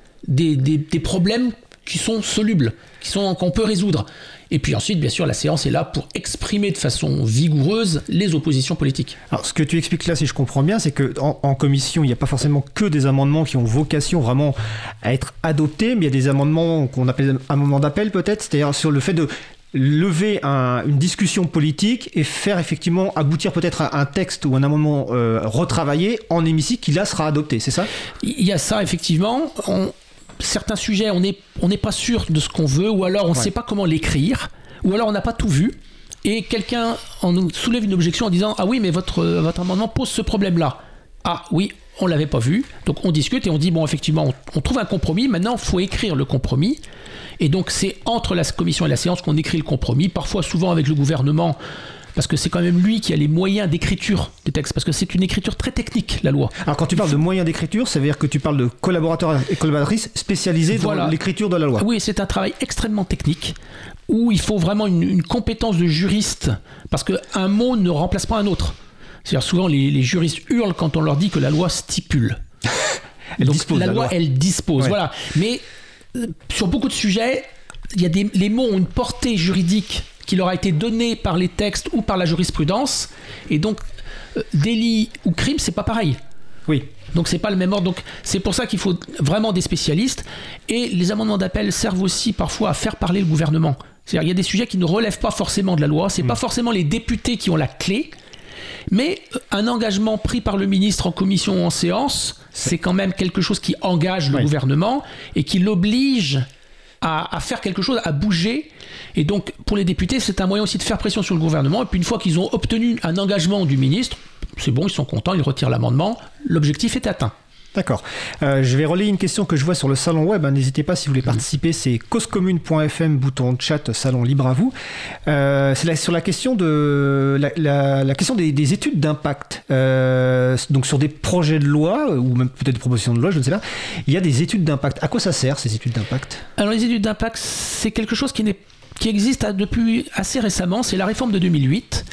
des problèmes qui sont solubles, qu'on peut résoudre. Et puis ensuite, bien sûr, la séance est là pour exprimer de façon vigoureuse les oppositions politiques. Alors, ce que tu expliques là, si je comprends bien, c'est qu'en commission, il n'y a pas forcément que des amendements qui ont vocation vraiment à être adoptés, mais il y a des amendements qu'on appelle amendements d'appel peut-être, c'est-à-dire sur le fait de lever une discussion politique et faire effectivement aboutir peut-être à un texte ou un amendement retravaillé en hémicycle qui là sera adopté, c'est ça ? Il y a ça, effectivement. Certains sujets, on n'est pas sûr de ce qu'on veut, ou alors on ne sait pas comment l'écrire, ou alors on n'a pas tout vu, et quelqu'un nous soulève une objection en disant « Ah oui, mais votre amendement pose ce problème-là. » Ah oui, on ne l'avait pas vu, donc on discute et on dit « Bon, effectivement, on trouve un compromis, maintenant il faut écrire le compromis. » Et donc c'est entre la commission et la séance qu'on écrit le compromis, parfois souvent avec le gouvernement, parce que c'est quand même lui qui a les moyens d'écriture des textes, parce que c'est une écriture très technique, la loi. Alors quand tu parles de moyens d'écriture, ça veut dire que tu parles de collaborateurs et collaboratrices spécialisés dans l'écriture de la loi. Oui, c'est un travail extrêmement technique, où il faut vraiment une compétence de juriste, parce qu'un mot ne remplace pas un autre. C'est-à-dire souvent les juristes hurlent quand on leur dit que la loi stipule. La loi, elle dispose, voilà. Mais sur beaucoup de sujets, les mots ont une portée juridique qui leur a été donné par les textes ou par la jurisprudence, et donc délit ou crime, c'est pas pareil. Oui. Donc c'est pas le même ordre. Donc c'est pour ça qu'il faut vraiment des spécialistes, et les amendements d'appel servent aussi parfois à faire parler le gouvernement. C'est-à-dire il y a des sujets qui ne relèvent pas forcément de la loi, c'est pas forcément les députés qui ont la clé, mais un engagement pris par le ministre en commission ou en séance, c'est quand même quelque chose qui engage le gouvernement et qui l'oblige à faire quelque chose, à bouger. Et donc, pour les députés, c'est un moyen aussi de faire pression sur le gouvernement. Et puis, une fois qu'ils ont obtenu un engagement du ministre, c'est bon, ils sont contents, ils retirent l'amendement. L'objectif est atteint. D'accord. Je vais relayer une question que je vois sur le salon web. N'hésitez pas si vous voulez participer. C'est causecommune.fm, bouton de chat, salon libre à vous. C'est sur la question de la question des études d'impact. Donc sur des projets de loi ou même peut-être des propositions de loi, je ne sais pas. Il y a des études d'impact. À quoi ça sert ces études d'impact ? Alors les études d'impact, c'est quelque chose qui existe depuis assez récemment. C'est la réforme de 2008.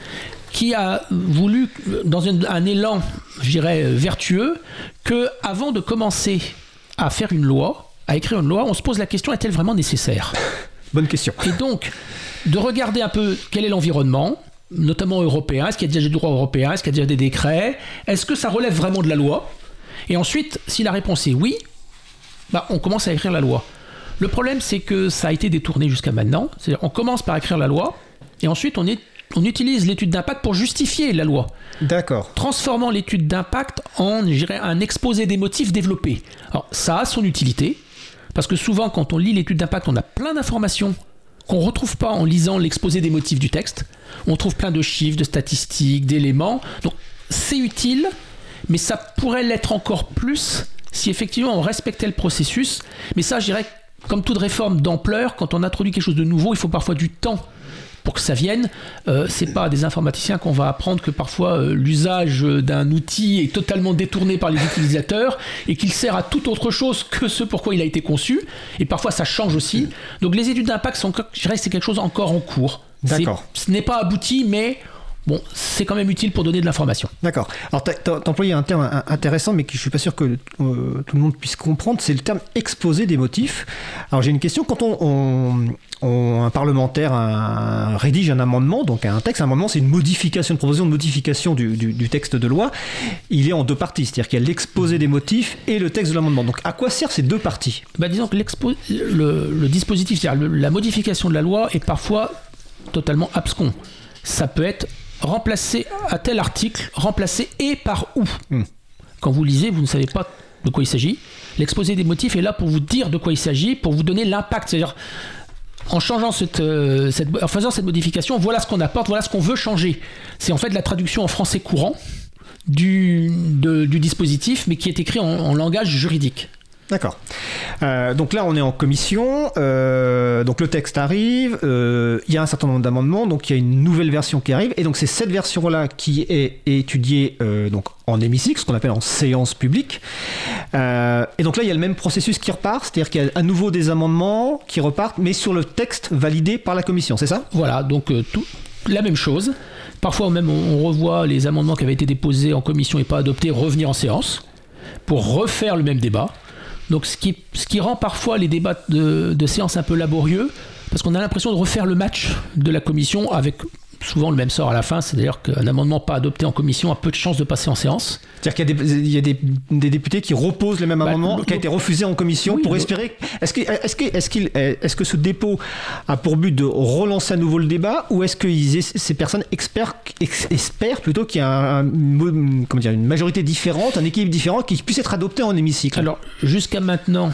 qui a voulu, dans un élan, je dirais, vertueux, qu'avant de commencer à faire une loi, à écrire une loi, on se pose la question, est-elle vraiment nécessaire ? Bonne question. Et donc, de regarder un peu quel est l'environnement, notamment européen, est-ce qu'il y a déjà du droit européen, est-ce qu'il y a déjà des décrets, est-ce que ça relève vraiment de la loi ? Et ensuite, si la réponse est oui, on commence à écrire la loi. Le problème, c'est que ça a été détourné jusqu'à maintenant. C'est-à-dire, on commence par écrire la loi, et ensuite on utilise l'étude d'impact pour justifier la loi. D'accord. Transformant l'étude d'impact en, je dirais, un exposé des motifs développé. Alors, ça a son utilité, parce que souvent, quand on lit l'étude d'impact, on a plein d'informations qu'on ne retrouve pas en lisant l'exposé des motifs du texte. On trouve plein de chiffres, de statistiques, d'éléments. Donc, c'est utile, mais ça pourrait l'être encore plus si effectivement on respectait le processus. Mais ça, je dirais, comme toute réforme d'ampleur, quand on introduit quelque chose de nouveau, il faut parfois du temps pour que ça vienne. C'est pas à des informaticiens qu'on va apprendre que parfois l'usage d'un outil est totalement détourné par les utilisateurs et qu'il sert à tout autre chose que ce pourquoi il a été conçu. Et parfois ça change aussi. Donc les études d'impact, je dirais que c'est quelque chose encore en cours. D'accord. Ce n'est pas abouti, mais bon, c'est quand même utile pour donner de l'information. D'accord. Alors, t'as employé un terme intéressant, mais que je suis pas sûr que tout le monde puisse comprendre, c'est le terme exposé des motifs. Alors, j'ai une question. Quand un parlementaire rédige un amendement, donc un texte, un amendement, c'est une modification, une proposition de modification du texte de loi. Il est en deux parties, c'est-à-dire qu'il y a l'exposé des motifs et le texte de l'amendement. Donc, à quoi servent ces deux parties ? Disons que le dispositif, c'est-à-dire la modification de la loi est parfois totalement abscon. Ça peut être remplacer à tel article, remplacer et par où. Quand vous lisez, vous ne savez pas de quoi il s'agit. L'exposé des motifs est là pour vous dire de quoi il s'agit, pour vous donner l'impact. C'est-à-dire, en changeant en faisant cette modification, voilà ce qu'on apporte, voilà ce qu'on veut changer. C'est en fait la traduction en français courant du dispositif, mais qui est écrit en langage juridique. D'accord. Donc là, on est en commission. Donc le texte arrive. Il y a un certain nombre d'amendements. Donc il y a une nouvelle version qui arrive. Et donc c'est cette version-là qui est étudiée donc en hémicycle, ce qu'on appelle en séance publique. Et donc là, il y a le même processus qui repart. C'est-à-dire qu'il y a à nouveau des amendements qui repartent, mais sur le texte validé par la commission. C'est ça ? Voilà. Donc la même chose. Parfois même, on revoit les amendements qui avaient été déposés en commission et pas adoptés revenir en séance pour refaire le même débat. Donc ce qui rend parfois les débats de séance un peu laborieux, parce qu'on a l'impression de refaire le match de la commission avec souvent le même sort à la fin, c'est-à-dire qu'un amendement pas adopté en commission a peu de chances de passer en séance. C'est-à-dire qu'il y a des députés qui reposent le même amendement qui a été refusé en commission pour espérer... Est-ce que ce dépôt a pour but de relancer à nouveau le débat, ou est-ce que ces personnes espèrent plutôt qu'il y a une majorité différente, un équilibre différent qui puisse être adopté en hémicycle ? Alors, jusqu'à maintenant,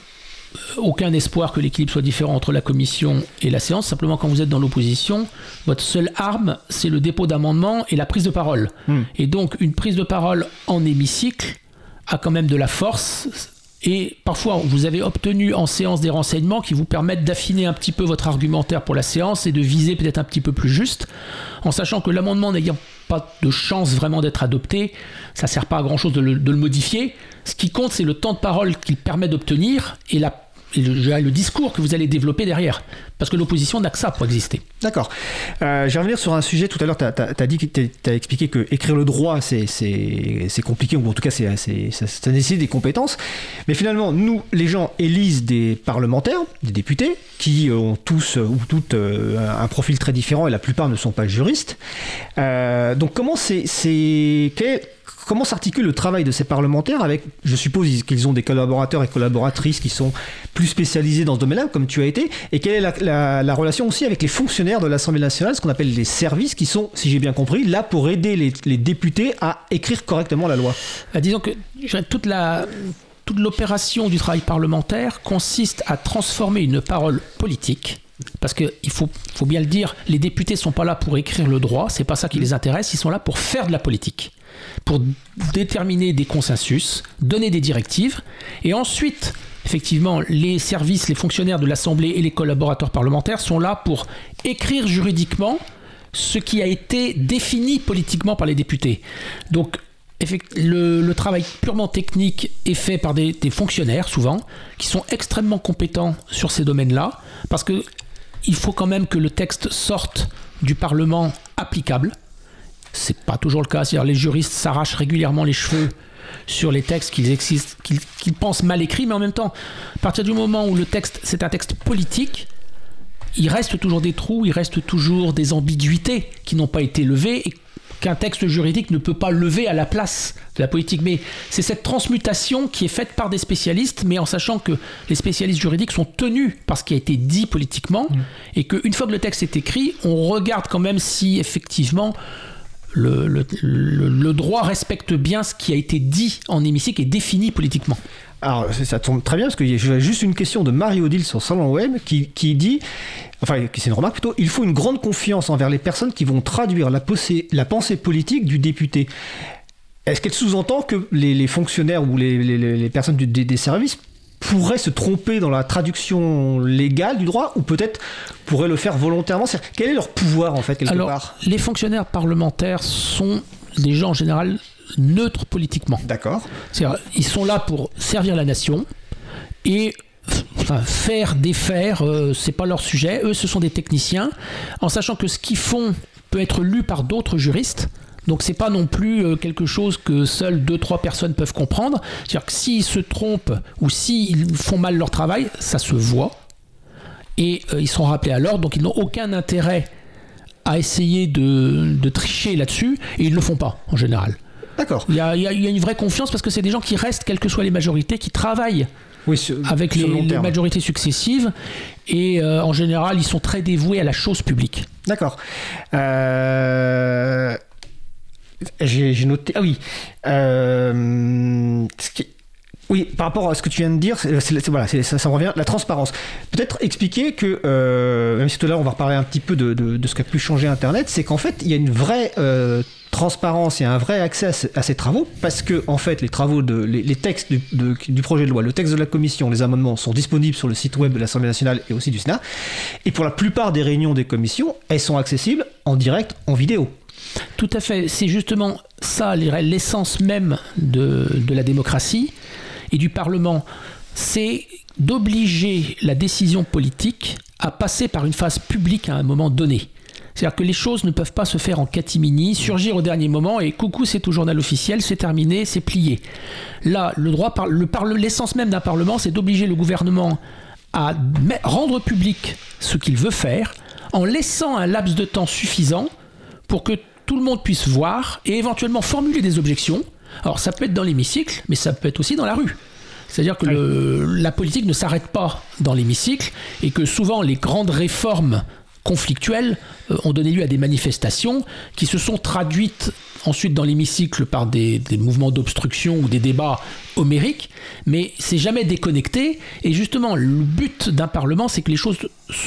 aucun espoir que l'équilibre soit différent entre la commission et la séance. Simplement, quand vous êtes dans l'opposition, votre seule arme, c'est le dépôt d'amendements et la prise de parole. Et donc, une prise de parole en hémicycle a quand même de la force. Et parfois, vous avez obtenu en séance des renseignements qui vous permettent d'affiner un petit peu votre argumentaire pour la séance et de viser peut-être un petit peu plus juste, en sachant que l'amendement n'ayant pas de chance vraiment d'être adopté, ça ne sert pas à grand-chose de le modifier. Ce qui compte, c'est le temps de parole qu'il permet d'obtenir et le discours que vous allez développer derrière. Parce que l'opposition n'a que ça pour exister. D'accord. Je vais revenir sur un sujet. Tout à l'heure, tu as dit que tu as expliqué que écrire le droit, c'est compliqué, ou en tout cas, ça nécessite des compétences. Mais finalement, nous, les gens élisent des parlementaires, des députés, qui ont tous ou toutes un profil très différent, et la plupart ne sont pas juristes. Donc, comment s'articule le travail de ces parlementaires avec, je suppose qu'ils ont des collaborateurs et collaboratrices qui sont plus spécialisés dans ce domaine-là, comme tu as été, et quelle est la relation aussi avec les fonctionnaires de l'Assemblée nationale, ce qu'on appelle les services, qui sont, si j'ai bien compris, là pour aider les députés à écrire correctement la loi. Disons que toute l'opération du travail parlementaire consiste à transformer une parole politique. Parce qu'il faut bien le dire, les députés ne sont pas là pour écrire le droit, c'est pas ça qui les intéresse, ils sont là pour faire de la politique, pour déterminer des consensus, donner des directives, et ensuite, effectivement, les services, les fonctionnaires de l'Assemblée et les collaborateurs parlementaires sont là pour écrire juridiquement ce qui a été défini politiquement par les députés. Donc, le travail purement technique est fait par des fonctionnaires, souvent, qui sont extrêmement compétents sur ces domaines-là, parce que il faut quand même que le texte sorte du Parlement applicable. C'est pas toujours le cas. C'est-à-dire les juristes s'arrachent régulièrement les cheveux sur les textes qu'ils pensent mal écrits, mais en même temps, à partir du moment où le texte, c'est un texte politique, il reste toujours des trous, il reste toujours des ambiguïtés qui n'ont pas été levées et qu'un texte juridique ne peut pas lever à la place de la politique. Mais c'est cette transmutation qui est faite par des spécialistes, mais en sachant que les spécialistes juridiques sont tenus par ce qui a été dit politiquement, et qu'une fois que le texte est écrit, on regarde quand même si effectivement le droit respecte bien ce qui a été dit en hémicycle et défini politiquement. Alors ça tombe très bien parce que j'ai juste une question de Marie-Odile sur Salon Web qui dit, enfin c'est une remarque plutôt, il faut une grande confiance envers les personnes qui vont traduire la pensée politique du député. Est-ce qu'elle sous-entend que les fonctionnaires ou les personnes des services pourraient se tromper dans la traduction légale du droit ou peut-être pourraient le faire volontairement? Quel est leur pouvoir en fait quelque part? Alors les fonctionnaires parlementaires sont des gens en général neutres politiquement. D'accord. C'est-à-dire, ils sont là pour servir la nation et faire, défaire, c'est pas leur sujet. Eux, ce sont des techniciens, en sachant que ce qu'ils font peut être lu par d'autres juristes. Donc c'est pas non plus quelque chose que seules 2-3 personnes peuvent comprendre. C'est-à-dire que s'ils se trompent ou s'ils font mal leur travail, ça se voit et ils seront rappelés à l'ordre. Donc ils n'ont aucun intérêt à essayer de tricher là-dessus et ils ne le font pas en général. D'accord. Il y a une vraie confiance parce que c'est des gens qui restent, quelles que soient les majorités, qui travaillent avec les majorités successives et en général ils sont très dévoués à la chose publique. D'accord. J'ai noté. Ah oui. Oui, par rapport à ce que tu viens de dire, ça me revient, la transparence. Peut-être expliquer que, même si tout à l'heure on va reparler un petit peu de ce qu'a pu changer Internet, c'est qu'en fait il y a une vraie transparence et un vrai accès à ces travaux, parce que en fait les travaux, les textes du projet de loi, le texte de la commission, les amendements sont disponibles sur le site web de l'Assemblée nationale et aussi du Sénat, et pour la plupart des réunions des commissions, elles sont accessibles en direct, en vidéo. Tout à fait, c'est justement ça l'essence même de la démocratie et du Parlement, c'est d'obliger la décision politique à passer par une phase publique à un moment donné. C'est-à-dire que les choses ne peuvent pas se faire en catimini, surgir au dernier moment et coucou, c'est au journal officiel, c'est terminé, c'est plié. Là, l'essence même d'un Parlement, c'est d'obliger le gouvernement à rendre public ce qu'il veut faire en laissant un laps de temps suffisant pour que tout le monde puisse voir et éventuellement formuler des objections. Alors ça peut être dans l'hémicycle, mais ça peut être aussi dans la rue. C'est-à-dire que la politique ne s'arrête pas dans l'hémicycle et que souvent les grandes réformes conflictuelles ont donné lieu à des manifestations qui se sont traduites ensuite dans l'hémicycle par des mouvements d'obstruction ou des débats homériques, mais c'est jamais déconnecté. Et justement, le but d'un Parlement, c'est que les choses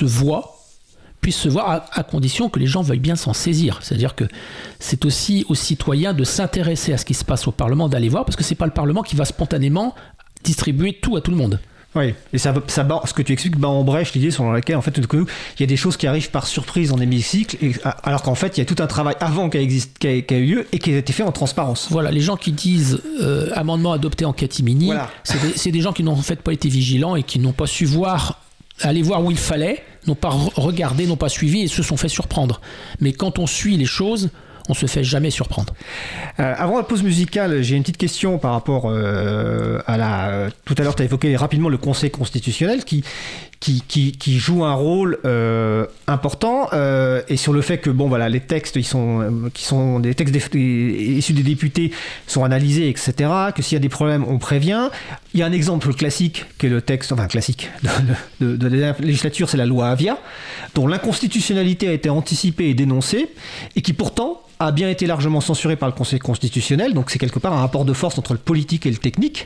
puissent se voir à condition que les gens veuillent bien s'en saisir. C'est-à-dire que c'est aussi aux citoyens de s'intéresser à ce qui se passe au Parlement, d'aller voir, parce que c'est pas le Parlement qui va spontanément distribuer tout à tout le monde. Oui, et ça ce que tu expliques bat en brèche l'idée selon laquelle en fait tout d'un coup il y a des choses qui arrivent par surprise en hémicycle, alors qu'en fait il y a tout un travail avant qui a eu lieu et qui a été fait en transparence. Voilà, les gens qui disent amendement adopté en catimini, voilà. c'est des gens qui n'ont en fait pas été vigilants et qui n'ont pas su aller voir où il fallait, n'ont pas regardé, n'ont pas suivi et se sont fait surprendre. Mais quand on suit les choses, on se fait jamais surprendre. Avant la pause musicale, j'ai une petite question par rapport à tout à l'heure, tu as évoqué rapidement le Conseil constitutionnel qui joue un rôle important et sur le fait que les textes qui sont des textes issus des députés sont analysés, etc. Que s'il y a des problèmes, on prévient. Il y a un exemple classique qui est le texte, classique de la législature, c'est la loi Avia, dont l'inconstitutionnalité a été anticipée et dénoncée et qui pourtant a bien été largement censuré par le Conseil constitutionnel, donc c'est quelque part un rapport de force entre le politique et le technique.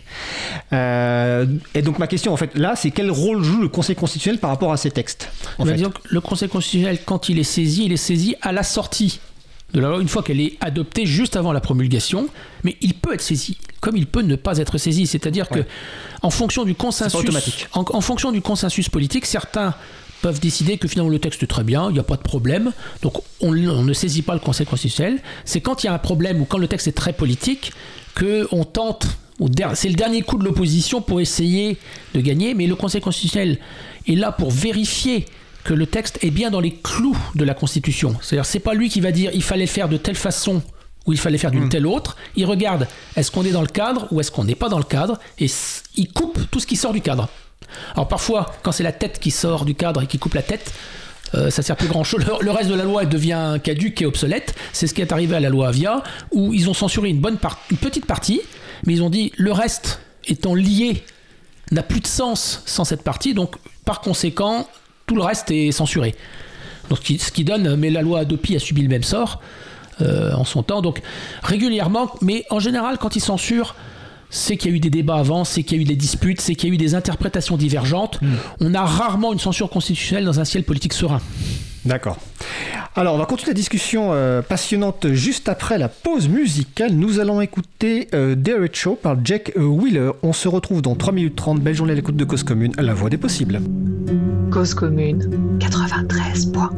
Et donc ma question en fait là, c'est quel rôle joue le Conseil constitutionnel par rapport à ces textes Disons que le Conseil constitutionnel, quand il est saisi à la sortie de la loi, une fois qu'elle est adoptée, juste avant la promulgation, mais il peut être saisi, comme il peut ne pas être saisi, c'est-à-dire que en fonction du consensus, en fonction du consensus politique, certains peuvent décider que finalement le texte est très bien, il n'y a pas de problème, donc on ne saisit pas le Conseil constitutionnel. C'est quand il y a un problème ou quand le texte est très politique qu'on tente, c'est le dernier coup de l'opposition pour essayer de gagner, mais le Conseil constitutionnel est là pour vérifier que le texte est bien dans les clous de la Constitution. C'est-à-dire, c'est pas lui qui va dire il fallait faire de telle façon ou il fallait faire d'une telle autre. Il regarde, est-ce qu'on est dans le cadre ou est-ce qu'on n'est pas dans le cadre, et il coupe tout ce qui sort du cadre. Alors parfois, quand c'est la tête qui sort du cadre et qui coupe la tête, ça sert plus grand chose. Le reste de la loi devient caduque et obsolète. C'est ce qui est arrivé à la loi Avia, où ils ont censuré une petite partie, mais ils ont dit le reste étant lié n'a plus de sens sans cette partie, donc par conséquent tout le reste est censuré. Donc ce qui donne, mais la loi Hadopi a subi le même sort en son temps, donc régulièrement, mais en général quand ils censurent, c'est qu'il y a eu des débats avant, c'est qu'il y a eu des disputes, c'est qu'il y a eu des interprétations divergentes. On a rarement une censure constitutionnelle dans un ciel politique serein. D'accord. Alors, on va continuer la discussion passionnante juste après la pause musicale. Nous allons écouter Dare It Show par Jack Wheeler. On se retrouve dans 3 minutes 30. Belle journée à l'écoute de Cause Commune, la voix des possibles. Cause Commune 93.1.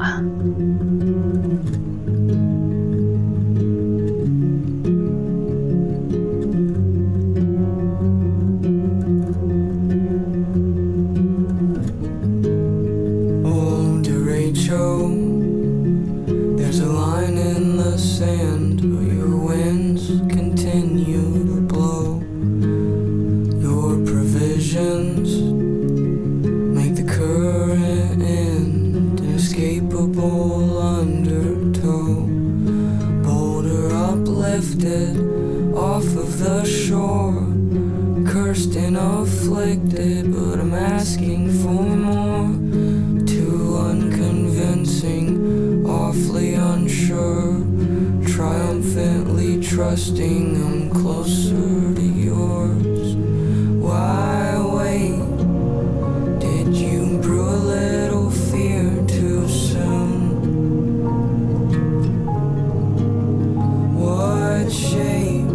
There's a line in the sand where your winds continue to blow. Your provisions make the current end inescapable undertow. Boulder uplifted off of the shore, cursed and afflicted, but I'm asking for more. Too unconvincing, awfully unsure, triumphantly trusting I'm closer to yours. Why wait? Did you brew a little fear too soon? What shape?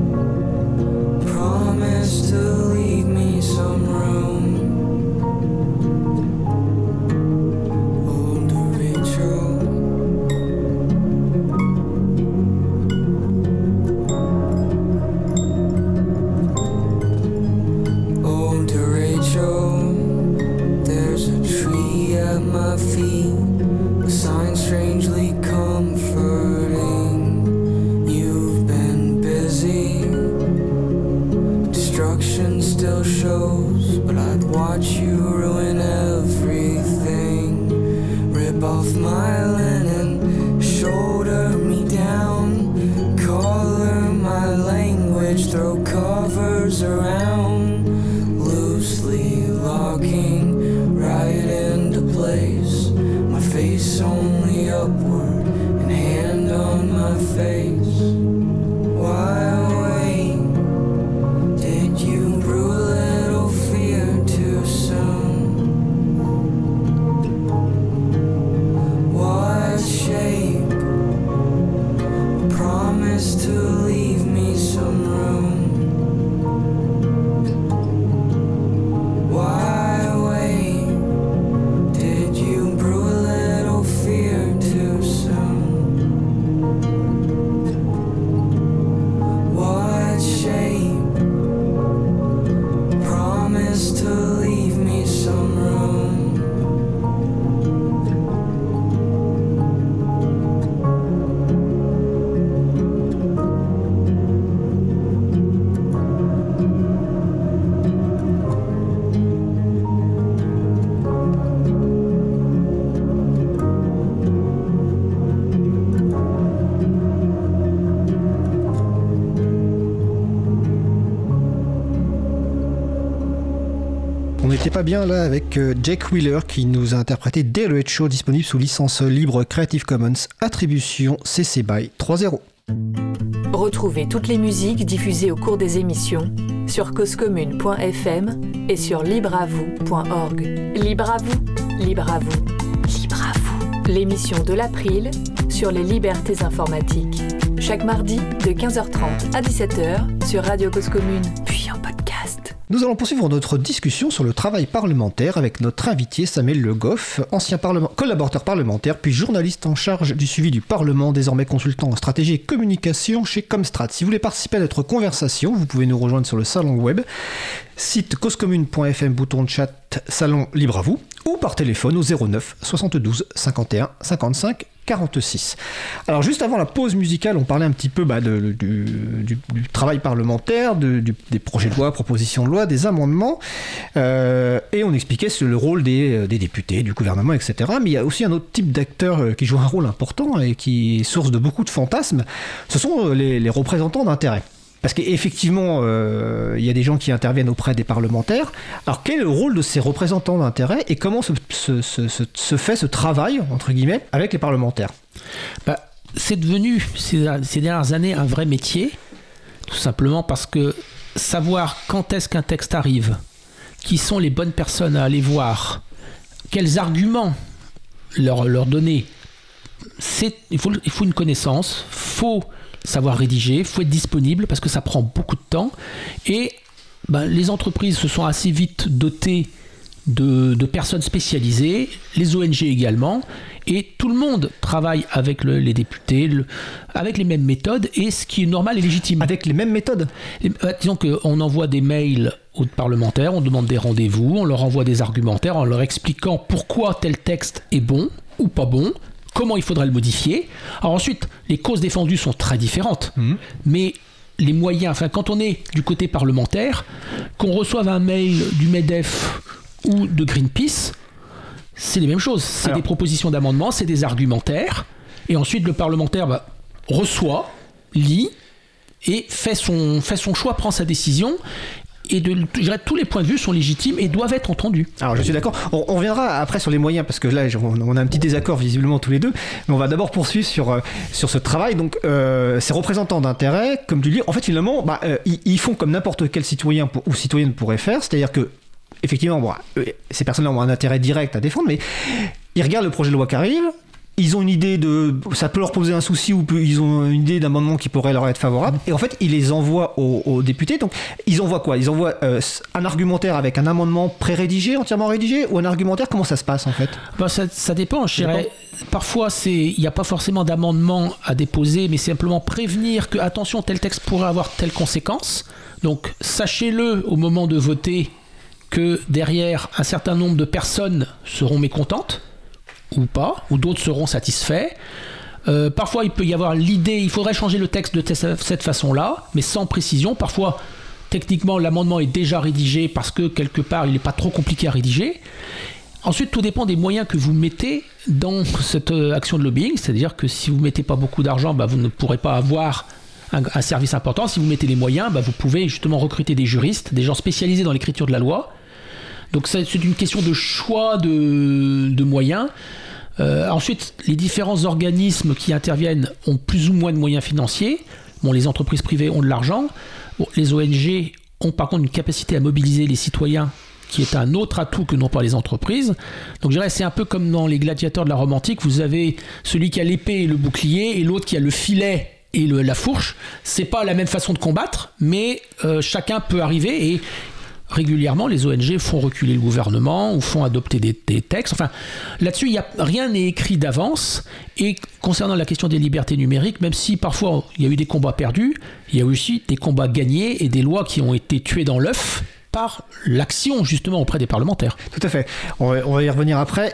Promise to leave me some room. On n'était pas bien là avec Jack Wheeler qui nous a interprété Dare It Show, disponible sous licence libre Creative Commons, attribution CC BY 3.0. Retrouvez toutes les musiques diffusées au cours des émissions sur causecommune.fm et sur libreavou.org. Libre à vous, libre à vous, libre à vous. L'émission de l'April sur les libertés informatiques. Chaque mardi de 15h30 à 17h sur Radio Cause Commune, puis en podcast. Nous allons poursuivre notre discussion sur le travail parlementaire avec notre invité Samuel Le Goff, ancien collaborateur parlementaire, puis journaliste en charge du suivi du Parlement, désormais consultant en stratégie et communication chez Comstrat. Si vous voulez participer à notre conversation, vous pouvez nous rejoindre sur le salon web site causecommune.fm, bouton de chat, salon libre à vous, ou par téléphone au 09 72 51 55 46. Alors juste avant la pause musicale, on parlait un petit peu du travail parlementaire, des projets de loi, propositions de loi, des amendements, et on expliquait le rôle des députés, du gouvernement, etc. Mais il y a aussi un autre type d'acteurs qui joue un rôle important et qui est source de beaucoup de fantasmes, ce sont les représentants d'intérêts. Parce qu'effectivement, il y a des gens qui interviennent auprès des parlementaires. Alors, quel est le rôle de ces représentants d'intérêt et comment se fait ce travail, entre guillemets, avec les parlementaires ? C'est devenu, ces dernières années, un vrai métier, tout simplement parce que savoir quand est-ce qu'un texte arrive, qui sont les bonnes personnes à aller voir, quels arguments leur donner, il faut une connaissance, il faut savoir rédiger, il faut être disponible parce que ça prend beaucoup de temps et les entreprises se sont assez vite dotées de personnes spécialisées, les ONG également, et tout le monde travaille avec les députés, avec les mêmes méthodes, et ce qui est normal et légitime. Avec les mêmes méthodes ? Disons qu'on envoie des mails aux parlementaires, on demande des rendez-vous, on leur envoie des argumentaires en leur expliquant pourquoi tel texte est bon ou pas bon, comment il faudrait le modifier. Alors ensuite, les causes défendues sont très différentes, mais les moyens, quand on est du côté parlementaire, qu'on reçoive un mail du MEDEF ou de Greenpeace, c'est les mêmes choses. C'est des propositions d'amendement, c'est des argumentaires, et ensuite le parlementaire reçoit, lit, et fait son choix, prend sa décision. Et je dirais, tous les points de vue sont légitimes et doivent être entendus. Alors je suis d'accord. On reviendra après sur les moyens parce que là on a un petit désaccord visiblement tous les deux. Mais on va d'abord poursuivre sur ce travail. Donc ces représentants d'intérêt, comme tu dis, en fait finalement, ils font comme n'importe quel citoyen ou citoyenne pourrait faire. C'est-à-dire que effectivement, ces personnes-là ont un intérêt direct à défendre, mais ils regardent le projet de loi qui arrive. Ils ont une idée ça peut leur poser un souci ou ils ont une idée d'amendement qui pourrait leur être favorable. Et en fait, ils les envoient aux députés. Donc, ils envoient quoi ? Ils envoient un argumentaire avec un amendement pré-rédigé, entièrement rédigé, ou un argumentaire ? Comment ça se passe en fait ? Ça dépend, je dirais. Parfois, il n'y a pas forcément d'amendement à déposer, mais c'est simplement prévenir que, attention, tel texte pourrait avoir telle conséquence. Donc, sachez-le au moment de voter que derrière, un certain nombre de personnes seront mécontentes. Ou pas, ou d'autres seront satisfaits. Parfois, il peut y avoir l'idée, il faudrait changer le texte de cette façon-là, mais sans précision. Parfois, techniquement, l'amendement est déjà rédigé parce que, quelque part, il n'est pas trop compliqué à rédiger. Ensuite, tout dépend des moyens que vous mettez dans cette action de lobbying. C'est-à-dire que si vous ne mettez pas beaucoup d'argent, vous ne pourrez pas avoir un service important. Si vous mettez les moyens, vous pouvez justement recruter des juristes, des gens spécialisés dans l'écriture de la loi. Donc c'est une question de choix de moyens. Ensuite, les différents organismes qui interviennent ont plus ou moins de moyens financiers. Les entreprises privées ont de l'argent. Les ONG ont par contre une capacité à mobiliser les citoyens qui est un autre atout que n'ont pas les entreprises. Donc je dirais c'est un peu comme dans les gladiateurs de la Rome antique. Vous avez celui qui a l'épée et le bouclier et l'autre qui a le filet et la fourche. C'est pas la même façon de combattre, mais chacun peut arriver et régulièrement, les ONG font reculer le gouvernement ou font adopter des textes. Enfin, là-dessus, rien n'est écrit d'avance. Et concernant la question des libertés numériques, même si parfois il y a eu des combats perdus, il y a aussi des combats gagnés et des lois qui ont été tuées dans l'œuf par l'action justement auprès des parlementaires. Tout à fait. On va y revenir après.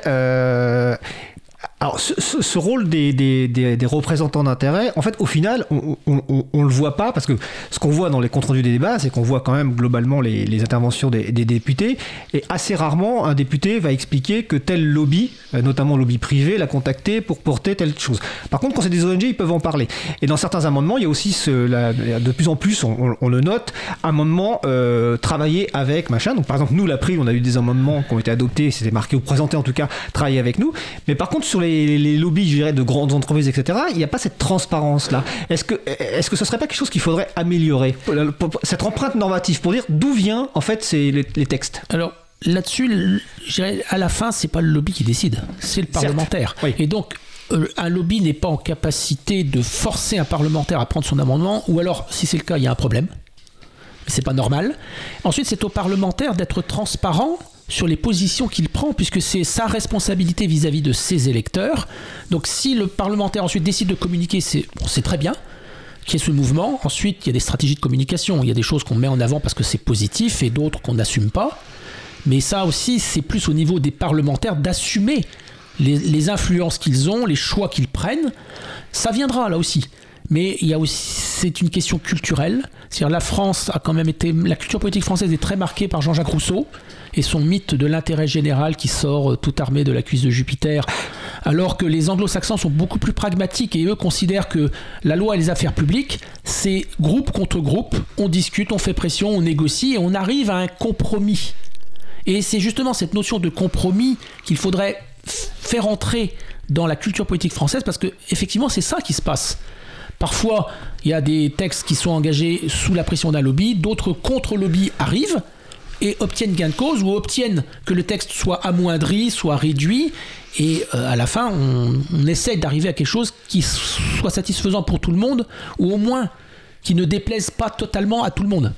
Alors, ce rôle des représentants d'intérêt, en fait, au final, on le voit pas, parce que ce qu'on voit dans les comptes rendus des débats, c'est qu'on voit quand même globalement les interventions des députés, et assez rarement, un député va expliquer que tel lobby, notamment lobby privé, l'a contacté pour porter telle chose. Par contre, quand c'est des ONG, ils peuvent en parler. Et dans certains amendements, il y a aussi, de plus en plus, on le note, amendements travailler avec, machin. Donc, par exemple, nous, l'April, on a eu des amendements qui ont été adoptés, c'était marqué ou présenté en tout cas, travailler avec nous. Mais par contre, sur les lobbies, je dirais, de grandes entreprises, etc., il n'y a pas cette transparence-là. Est-ce que ce serait pas quelque chose qu'il faudrait améliorer, cette empreinte normative, pour dire d'où vient, en fait, les textes ? Alors, là-dessus, je dirais, à la fin, c'est pas le lobby qui décide, c'est le parlementaire. Oui. Et donc, un lobby n'est pas en capacité de forcer un parlementaire à prendre son amendement, ou alors, si c'est le cas, il y a un problème. Mais c'est pas normal. Ensuite, c'est au parlementaire d'être transparent sur les positions qu'il prend, puisque c'est sa responsabilité vis-à-vis de ses électeurs. Donc si le parlementaire ensuite décide de communiquer, c'est très bien. qu'il y ait ce mouvement. Ensuite, il y a des stratégies de communication. Il y a des choses qu'on met en avant parce que c'est positif et d'autres qu'on n'assume pas. Mais ça aussi, c'est plus au niveau des parlementaires d'assumer les influences qu'ils ont, les choix qu'ils prennent. Ça viendra là aussi. Mais il y a aussi, c'est une question culturelle. C'est-à-dire la France a quand même été... La culture politique française est très marquée par Jean-Jacques Rousseau et son mythe de l'intérêt général qui sort tout armé de la cuisse de Jupiter, alors que les anglo-saxons sont beaucoup plus pragmatiques et eux considèrent que la loi et les affaires publiques, c'est groupe contre groupe, on discute, on fait pression, on négocie et on arrive à un compromis. Et c'est justement cette notion de compromis qu'il faudrait faire entrer dans la culture politique française, parce que effectivement c'est ça qui se passe. Parfois, il y a des textes qui sont engagés sous la pression d'un lobby, d'autres contre-lobby arrivent et obtiennent gain de cause ou obtiennent que le texte soit amoindri, soit réduit, et à la fin, on essaie d'arriver à quelque chose qui soit satisfaisant pour tout le monde, ou au moins qui ne déplaise pas totalement à tout le monde.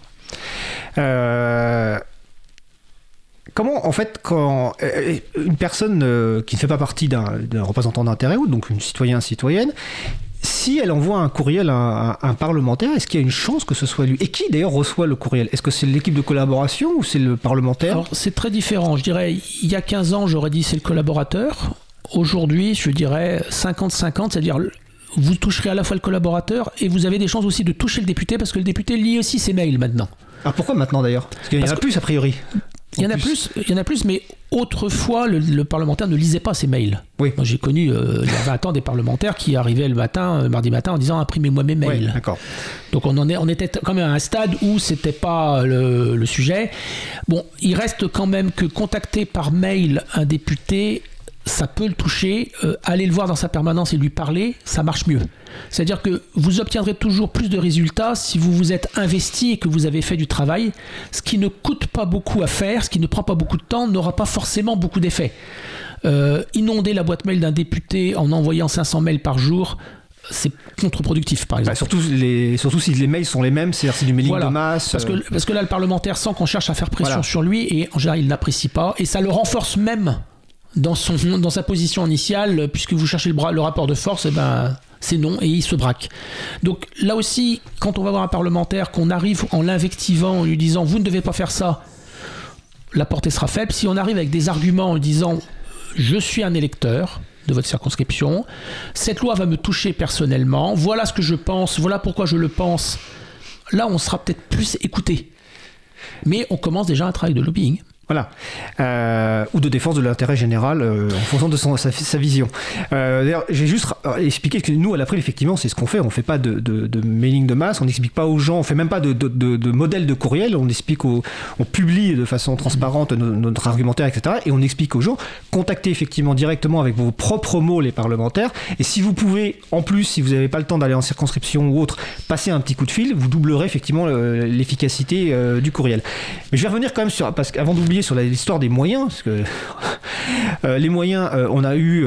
Comment, en fait, quand une personne qui ne fait pas partie d'un représentant d'intérêt, ou donc une citoyenne, si elle envoie un courriel à un parlementaire, est-ce qu'il y a une chance que ce soit lui? Et qui d'ailleurs reçoit le courriel? Est-ce que c'est l'équipe de collaboration ou c'est le parlementaire? Alors c'est très différent. Je dirais, il y a 15 ans, j'aurais dit c'est le collaborateur. Aujourd'hui, je dirais 50-50, c'est-à-dire vous toucherez à la fois le collaborateur et vous avez des chances aussi de toucher le député, parce que le député lit aussi ses mails maintenant. Alors pourquoi maintenant d'ailleurs? Parce qu'il y en a plus a priori. Il y en a plus, mais autrefois, le parlementaire ne lisait pas ses mails. Oui. Moi, j'ai connu, il y a 20 ans, des parlementaires qui arrivaient le mardi matin, en disant « imprimez-moi mes mails ». Oui, d'accord. Donc, on était quand même à un stade où c'était pas le sujet. Bon, il reste quand même que contacter par mail un député, ça peut le toucher. Aller le voir dans sa permanence et lui parler, ça marche mieux. C'est-à-dire que vous obtiendrez toujours plus de résultats si vous vous êtes investi et que vous avez fait du travail. Ce qui ne coûte pas beaucoup à faire, ce qui ne prend pas beaucoup de temps, n'aura pas forcément beaucoup d'effet. Inonder la boîte mail d'un député en envoyant 500 mails par jour, c'est contre-productif, par exemple. Surtout si les mails sont les mêmes, c'est du mailing de masse. Parce que là, le parlementaire sent qu'on cherche à faire pression sur lui et en général, il n'apprécie pas. Et ça le renforce même dans sa position initiale, puisque vous cherchez le rapport de force, c'est non, et il se braque. Donc là aussi, quand on va voir un parlementaire, qu'on arrive en l'invectivant, en lui disant « vous ne devez pas faire ça », la portée sera faible. Si on arrive avec des arguments en lui disant « je suis un électeur de votre circonscription, cette loi va me toucher personnellement, voilà ce que je pense, voilà pourquoi je le pense », là on sera peut-être plus écouté. Mais on commence déjà un travail de lobbying. Voilà. Ou de défense de l'intérêt général en fonction de sa vision. D'ailleurs, j'ai juste expliqué que nous, à l'April, effectivement, c'est ce qu'on fait. On fait pas de mailing de masse, on n'explique pas aux gens, on fait même pas de modèle de courriel, on publie de façon transparente notre argumentaire, etc. Et on explique aux gens, contactez effectivement directement avec vos propres mots les parlementaires. Et si vous pouvez, en plus, si vous n'avez pas le temps d'aller en circonscription ou autre, passer un petit coup de fil, vous doublerez effectivement l'efficacité du courriel. Mais je vais revenir quand même parce qu'avant d'oublier sur l'histoire des moyens, parce que les moyens, on a eu,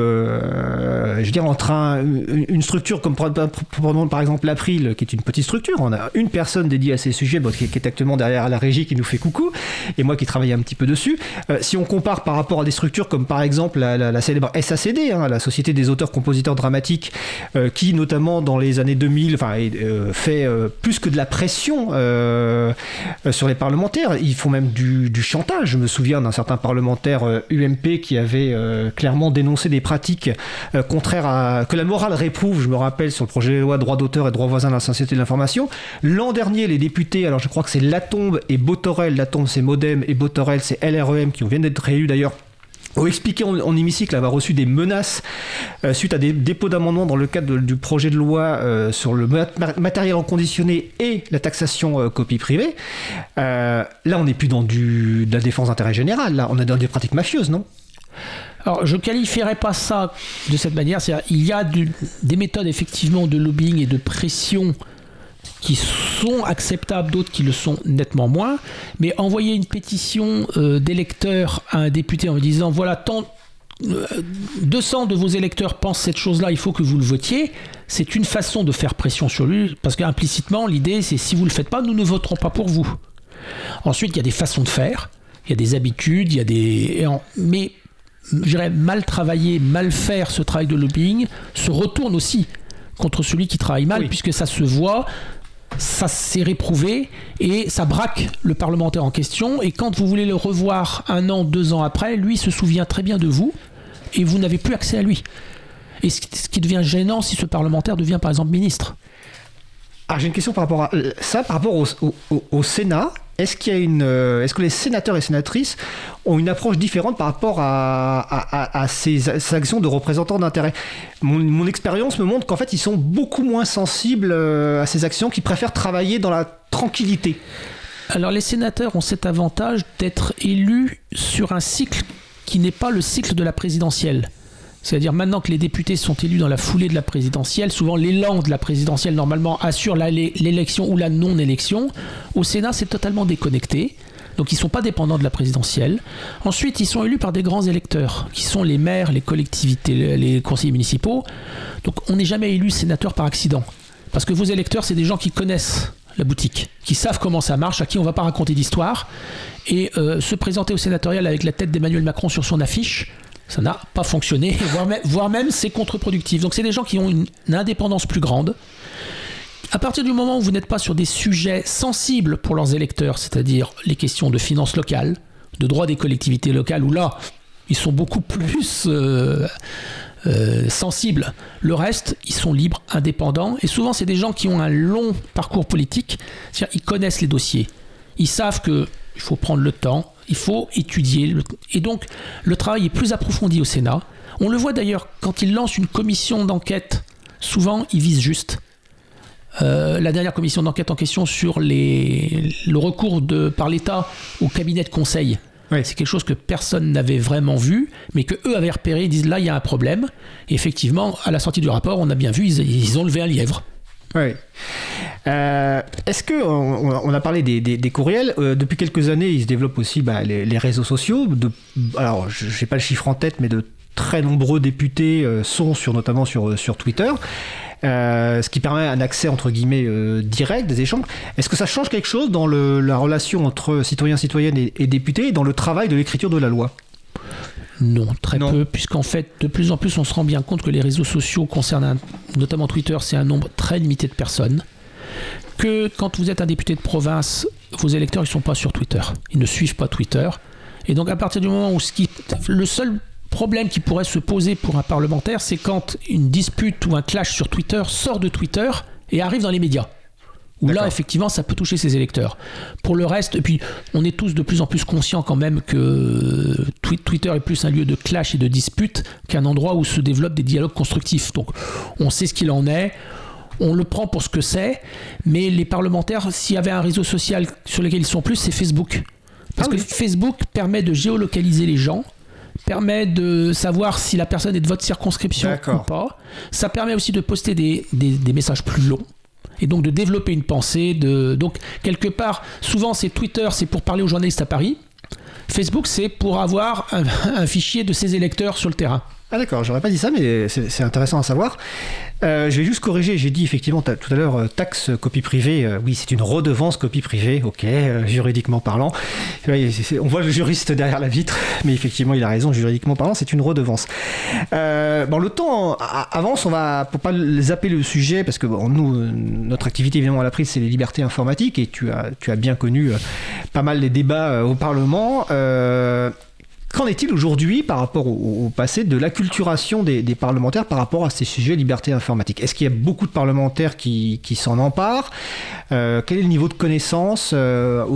je veux dire, entre une structure comme par exemple l'April, qui est une petite structure, on a une personne dédiée à ces sujets, qui est actuellement derrière la régie, qui nous fait coucou, et moi qui travaille un petit peu dessus. Si on compare par rapport à des structures comme par exemple la célèbre SACD, la Société des auteurs-compositeurs dramatiques, qui notamment dans les années 2000 fait plus que de la pression sur les parlementaires. Ils font même du chantage. Je me souviens d'un certain parlementaire UMP qui avait clairement dénoncé des pratiques contraires que la morale réprouve, je me rappelle, sur le projet de loi droit d'auteur et droit voisin de la société de l'information. L'an dernier, les députés, alors je crois que c'est Latombe et Botorel, Latombe c'est Modem et Botorel c'est LREM, qui viennent d'être réélus d'ailleurs, ont expliqué en hémicycle avoir reçu des menaces suite à des dépôts d'amendements dans le cadre du projet de loi sur le matériel reconditionné et la taxation copie privée. Là, on n'est plus dans de la défense d'intérêt général, là, on est dans des pratiques mafieuses, non ? Alors, je ne qualifierais pas ça de cette manière. C'est-à-dire, il y a des méthodes effectivement de lobbying et de pression qui sont acceptables, d'autres qui le sont nettement moins. Mais envoyer une pétition d'électeurs à un député en lui disant « voilà, 200 de vos électeurs pensent cette chose-là, il faut que vous le votiez », c'est une façon de faire pression sur lui, parce qu'implicitement, l'idée, c'est si vous ne le faites pas, nous ne voterons pas pour vous. Ensuite, il y a des façons de faire, il y a des habitudes, il y a des... Mais, je dirais, mal travailler, mal faire ce travail de lobbying se retourne aussi contre celui qui travaille mal, puisque ça se voit, ça s'est réprouvé et ça braque le parlementaire en question. Et quand vous voulez le revoir 1 an, 2 ans après, lui se souvient très bien de vous et vous n'avez plus accès à lui. Et ce qui devient gênant si ce parlementaire devient par exemple ministre. Ah, j'ai une question par rapport à ça, par rapport au Sénat. Est-ce que les sénateurs et sénatrices ont une approche différente par rapport à ces actions de représentants d'intérêt ? Mon expérience me montre qu'en fait, ils sont beaucoup moins sensibles à ces actions, qu'ils préfèrent travailler dans la tranquillité. Alors, les sénateurs ont cet avantage d'être élus sur un cycle qui n'est pas le cycle de la présidentielle. C'est-à-dire maintenant que les députés sont élus dans la foulée de la présidentielle, souvent l'élan de la présidentielle normalement assure l'élection ou la non-élection. Au Sénat, c'est totalement déconnecté. Donc ils ne sont pas dépendants de la présidentielle. Ensuite, ils sont élus par des grands électeurs, qui sont les maires, les collectivités, les conseillers municipaux. Donc on n'est jamais élu sénateur par accident. Parce que vos électeurs, c'est des gens qui connaissent la boutique, qui savent comment ça marche, à qui on ne va pas raconter d'histoire. Et se présenter au sénatorial avec la tête d'Emmanuel Macron sur son affiche, ça n'a pas fonctionné, voire même c'est contre-productif. Donc c'est des gens qui ont une indépendance plus grande. À partir du moment où vous n'êtes pas sur des sujets sensibles pour leurs électeurs, c'est-à-dire les questions de finances locales, de droit des collectivités locales, où là, ils sont beaucoup plus sensibles. Le reste, ils sont libres, indépendants. Et souvent, c'est des gens qui ont un long parcours politique. C'est-à-dire ils connaissent les dossiers. Ils savent qu'il faut prendre le temps, il faut étudier. Et donc, le travail est plus approfondi au Sénat. On le voit d'ailleurs, quand ils lancent une commission d'enquête, souvent, ils visent juste. La dernière commission d'enquête en question sur le recours par l'État au cabinet de conseil. Oui. C'est quelque chose que personne n'avait vraiment vu, mais qu'eux avaient repéré. Ils disent, là, il y a un problème. Et effectivement, à la sortie du rapport, on a bien vu, ils ont levé un lièvre. Oui. Est-ce que on a parlé des courriels, depuis quelques années il se développe aussi les réseaux sociaux alors je n'ai pas le chiffre en tête, mais de très nombreux députés sont notamment sur Twitter, ce qui permet un accès entre guillemets direct des échanges. Est-ce que ça change quelque chose dans la relation entre citoyens, citoyennes et députés et dans le travail de l'écriture de la loi ? Non, très peu, puisqu'en fait, de plus en plus, on se rend bien compte que les réseaux sociaux concernent, notamment Twitter, c'est un nombre très limité de personnes. Que quand vous êtes un député de province, vos électeurs, ils ne sont pas sur Twitter. Ils ne suivent pas Twitter. Et donc, à partir du moment où le seul problème qui pourrait se poser pour un parlementaire, c'est quand une dispute ou un clash sur Twitter sort de Twitter et arrive dans les médias. Où là, effectivement, ça peut toucher ses électeurs. Pour le reste, et puis on est tous de plus en plus conscients quand même que Twitter est plus un lieu de clash et de dispute qu'un endroit où se développent des dialogues constructifs. Donc on sait ce qu'il en est, on le prend pour ce que c'est, mais les parlementaires, s'il y avait un réseau social sur lequel ils sont plus, c'est Facebook. Parce que Facebook permet de géolocaliser les gens, permet de savoir si la personne est de votre circonscription ou pas. Ça permet aussi de poster des messages plus longs. Et donc de développer une pensée. Donc quelque part, souvent c'est Twitter, c'est pour parler aux journalistes à Paris. Facebook, c'est pour avoir un fichier de ses électeurs sur le terrain. Ah d'accord, j'aurais pas dit ça, mais c'est intéressant à savoir. Je vais juste corriger, j'ai dit effectivement tout à l'heure taxe copie privée, oui c'est une redevance copie privée, ok, juridiquement parlant. On voit le juriste derrière la vitre, mais effectivement il a raison, juridiquement parlant c'est une redevance. Le temps avance, on va, pour pas zapper le sujet, parce que nous, notre activité évidemment à l'April c'est les libertés informatiques, et tu as bien connu pas mal les débats au Parlement. Qu'en est-il aujourd'hui par rapport au passé de l'acculturation des parlementaires par rapport à ces sujets liberté informatique ? Est-ce qu'il y a beaucoup de parlementaires qui s'en emparent ? Quel est le niveau de connaissance aujourd'hui ?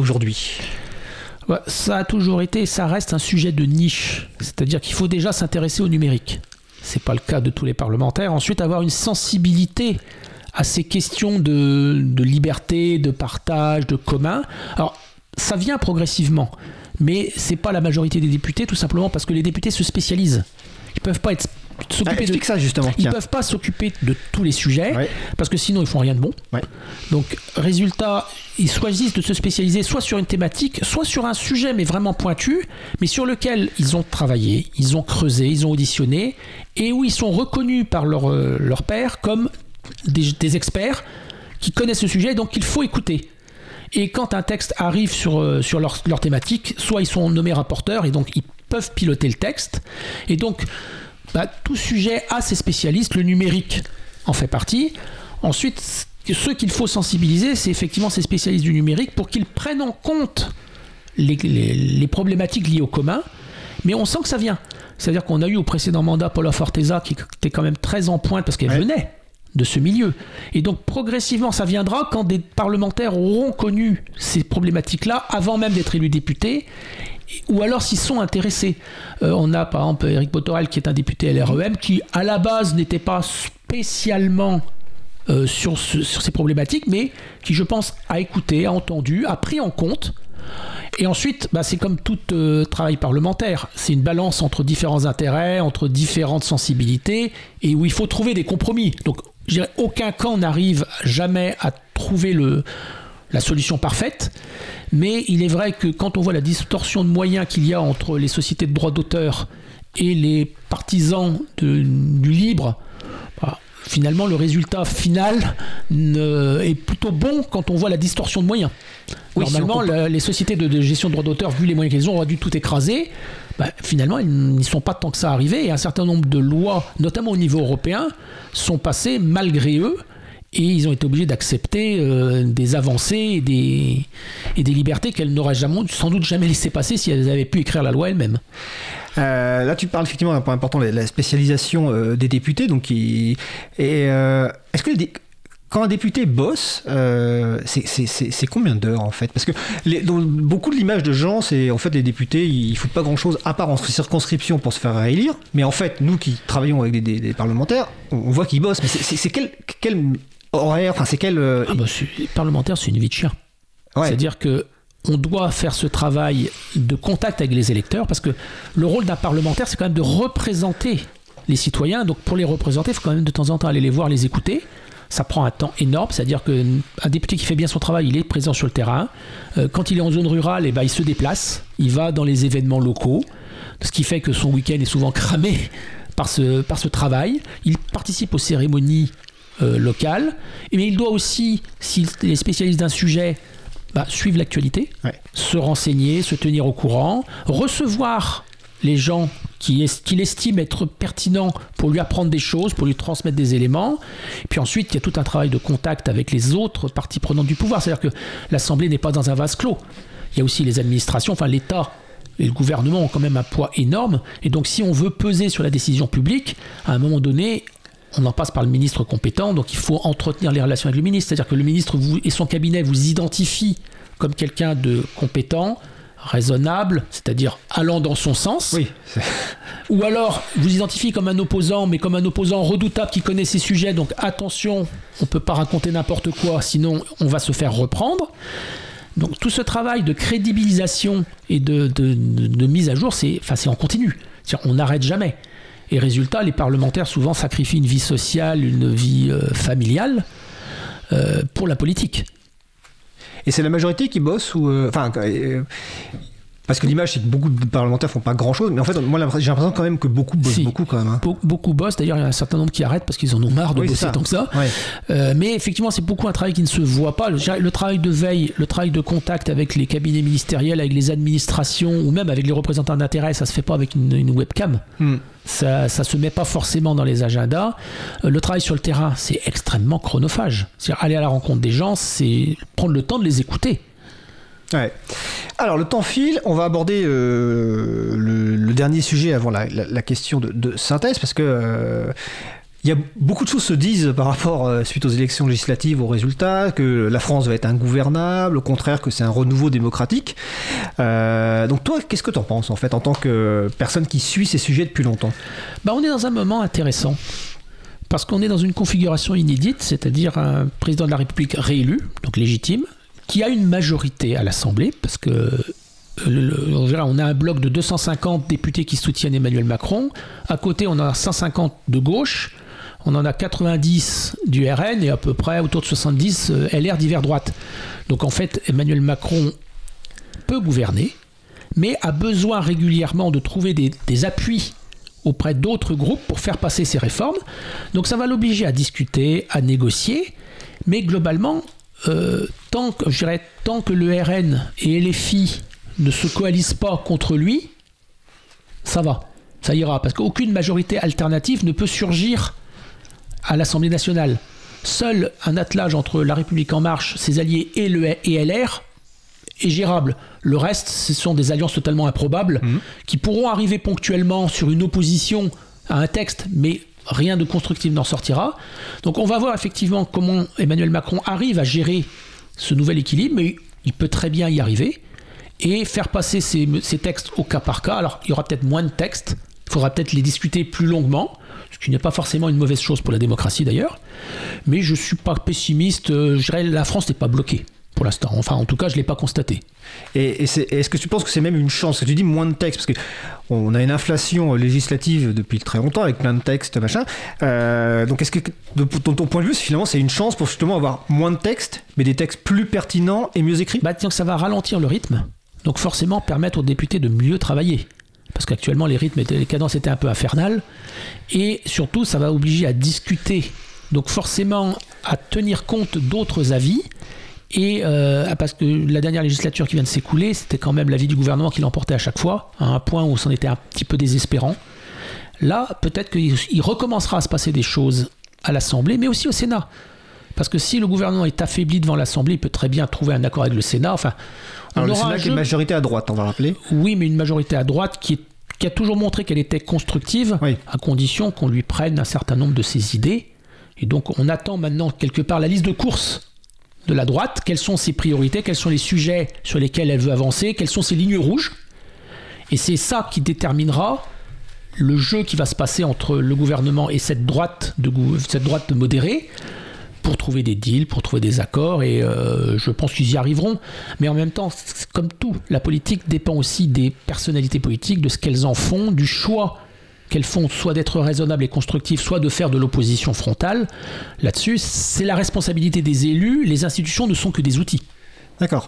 Ça a toujours été et ça reste un sujet de niche. C'est-à-dire qu'il faut déjà s'intéresser au numérique. Ce n'est pas le cas de tous les parlementaires. Ensuite, avoir une sensibilité à ces questions de liberté, de partage, de commun. Alors, ça vient progressivement. Mais c'est pas la majorité des députés, tout simplement parce que les députés se spécialisent. Ils peuvent pas s'occuper de ça justement. Ils peuvent pas s'occuper de tous les sujets parce que sinon ils font rien de bon. Ouais. Donc résultat, ils choisissent de se spécialiser soit sur une thématique, soit sur un sujet mais vraiment pointu, mais sur lequel ils ont travaillé, ils ont creusé, ils ont auditionné et où ils sont reconnus par leur pairs comme des experts qui connaissent ce sujet, donc il faut écouter. Et quand un texte arrive sur leur thématique, soit ils sont nommés rapporteurs et donc ils peuvent piloter le texte. Et donc, tout sujet a ses spécialistes. Le numérique, en fait partie. Ensuite, ceux qu'il faut sensibiliser, c'est effectivement ces spécialistes du numérique pour qu'ils prennent en compte les problématiques liées au commun, mais on sent que ça vient. C'est-à-dire qu'on a eu au précédent mandat Paula Forteza qui était quand même très en pointe parce qu'elle venait de ce milieu. Et donc progressivement ça viendra quand des parlementaires auront connu ces problématiques-là avant même d'être élus députés, ou alors s'ils sont intéressés. On a par exemple Éric Botorel qui est un député LREM qui à la base n'était pas spécialement sur ces problématiques, mais qui je pense a écouté, a entendu, a pris en compte. Et ensuite, c'est comme tout travail parlementaire, c'est une balance entre différents intérêts, entre différentes sensibilités, et où il faut trouver des compromis. Donc, je dirais, aucun camp n'arrive jamais à trouver la solution parfaite, mais il est vrai que quand on voit la distorsion de moyens qu'il y a entre les sociétés de droits d'auteur et les partisans du libre, finalement, le résultat final est plutôt bon quand on voit la distorsion de moyens. Oui, normalement, les sociétés de gestion de droits d'auteur, vu les moyens qu'elles ont, auraient dû tout écraser. Finalement, ils n'y sont pas tant que ça arrivés. Et un certain nombre de lois, notamment au niveau européen, sont passées malgré eux. Et ils ont été obligés d'accepter des avancées et des libertés qu'elles n'auraient sans doute jamais laissé passer si elles avaient pu écrire la loi elles-mêmes. Là, tu parles effectivement d'un point important, la spécialisation des députés. Donc, est-ce que quand un député bosse, c'est combien d'heures en fait? Parce que dans beaucoup de l'image de gens, c'est en fait les députés, ils foutent pas grand-chose à part en circonscription pour se faire réélire. Mais en fait, nous qui travaillons avec des parlementaires, on voit qu'ils bossent. Mais c'est quel horaire? Enfin, c'est quel parlementaire, c'est une vie de chien. Ouais. C'est-à-dire que on doit faire ce travail de contact avec les électeurs, parce que le rôle d'un parlementaire, c'est quand même de représenter les citoyens. Donc pour les représenter, il faut quand même de temps en temps aller les voir, les écouter. Ça prend un temps énorme, c'est-à-dire qu'un député qui fait bien son travail, il est présent sur le terrain. Quand il est en zone rurale, il se déplace, il va dans les événements locaux, ce qui fait que son week-end est souvent cramé par ce travail. Il participe aux cérémonies locales, mais il doit aussi, s'il est spécialiste d'un sujet, suivre l'actualité, se renseigner, se tenir au courant, recevoir les gens qu'il estime être pertinents pour lui apprendre des choses, pour lui transmettre des éléments. Et puis ensuite, il y a tout un travail de contact avec les autres parties prenantes du pouvoir. C'est-à-dire que l'Assemblée n'est pas dans un vase clos. Il y a aussi les administrations, enfin l'État et le gouvernement ont quand même un poids énorme. Et donc si on veut peser sur la décision publique, à un moment donné, on en passe par le ministre compétent, donc il faut entretenir les relations avec le ministre. C'est-à-dire que le ministre et son cabinet vous identifient comme quelqu'un de compétent, raisonnable, c'est-à-dire allant dans son sens. Oui. Ou alors vous identifiez comme un opposant, mais comme un opposant redoutable qui connaît ses sujets, donc attention, on ne peut pas raconter n'importe quoi, sinon on va se faire reprendre. Donc tout ce travail de crédibilisation et de mise à jour, c'est en continu. C'est-à-dire, on n'arrête jamais. Et résultat, les parlementaires souvent sacrifient une vie sociale, une vie familiale pour la politique. Et c'est la majorité qui bosse ou parce que l'image, c'est que beaucoup de parlementaires font pas grand-chose, mais en fait, moi, j'ai l'impression quand même que beaucoup bossent beaucoup quand même. Hein. Beaucoup bossent. D'ailleurs, il y a un certain nombre qui arrêtent parce qu'ils en ont marre de bosser tant que ça. Ouais. Mais effectivement, c'est beaucoup un travail qui ne se voit pas. Le travail de veille, le travail de contact avec les cabinets ministériels, avec les administrations ou même avec les représentants d'intérêt, ça se fait pas avec une webcam. Ça se met pas forcément dans les agendas. Le travail sur le terrain, c'est extrêmement chronophage. C'est-à-dire aller à la rencontre des gens, c'est prendre le temps de les écouter. Ouais. Alors le temps file, on va aborder le dernier sujet avant la question de synthèse, parce que il y a beaucoup de choses se disent par rapport, suite aux élections législatives, aux résultats, que la France va être ingouvernable, au contraire que c'est un renouveau démocratique. Donc toi, qu'est-ce que tu en penses en fait, en tant que personne qui suit ces sujets depuis longtemps? On est dans un moment intéressant, parce qu'on est dans une configuration inédite, c'est-à-dire un président de la République réélu, donc légitime, qui a une majorité à l'Assemblée, parce que on a un bloc de 250 députés qui soutiennent Emmanuel Macron. À côté, on a 150 de gauche, on en a 90 du RN et à peu près autour de 70 LR divers droite. Donc en fait, Emmanuel Macron peut gouverner, mais a besoin régulièrement de trouver des appuis auprès d'autres groupes pour faire passer ses réformes. Donc ça va l'obliger à discuter, à négocier, mais globalement, tant que le RN et LFI ne se coalisent pas contre lui, ça va, ça ira, parce qu'aucune majorité alternative ne peut surgir à l'Assemblée nationale. Seul un attelage entre La République En Marche, ses alliés et LR est gérable. Le reste, ce sont des alliances totalement improbables qui pourront arriver ponctuellement sur une opposition à un texte, mais rien de constructif n'en sortira. Donc on va voir effectivement comment Emmanuel Macron arrive à gérer ce nouvel équilibre, mais il peut très bien y arriver et faire passer ces textes au cas par cas. Alors il y aura peut-être moins de textes, il faudra peut-être les discuter plus longuement, ce qui n'est pas forcément une mauvaise chose pour la démocratie d'ailleurs, mais je ne suis pas pessimiste, je dirais la France n'est pas bloquée pour l'instant, enfin en tout cas je ne l'ai pas constaté. Et est-ce que tu penses que c'est même une chance? Parce que tu dis moins de textes, parce qu'on a une inflation législative depuis très longtemps avec plein de textes, machin. Donc est-ce que, de ton point de vue, finalement c'est une chance pour justement avoir moins de textes, mais des textes plus pertinents et mieux écrits? Disons que ça va ralentir le rythme, donc forcément permettre aux députés de mieux travailler. Parce qu'actuellement les cadences étaient un peu infernales, et surtout ça va obliger à discuter, donc forcément à tenir compte d'autres avis. Et parce que la dernière législature qui vient de s'écouler, c'était quand même l'avis du gouvernement qui l'emportait à chaque fois, à un point où c'en était un petit peu désespérant. Là, peut-être qu'il recommencera à se passer des choses à l'Assemblée, mais aussi au Sénat. Parce que si le gouvernement est affaibli devant l'Assemblée, il peut très bien trouver un accord avec le Sénat. Enfin, alors le Sénat qui est une majorité à droite, on va rappeler. Oui, mais une majorité à droite qui a toujours montré qu'elle était constructive, oui, à condition qu'on lui prenne un certain nombre de ses idées. Et donc on attend maintenant quelque part la liste de courses de la droite, quelles sont ses priorités, quels sont les sujets sur lesquels elle veut avancer, quelles sont ses lignes rouges. Et c'est ça qui déterminera le jeu qui va se passer entre le gouvernement et cette droite modérée pour trouver des deals, pour trouver des accords, et je pense qu'ils y arriveront. Mais en même temps, comme tout, la politique dépend aussi des personnalités politiques, de ce qu'elles en font, du choix qu'elles font, soit d'être raisonnables et constructives, soit de faire de l'opposition frontale. Là-dessus, c'est la responsabilité des élus. Les institutions ne sont que des outils. D'accord.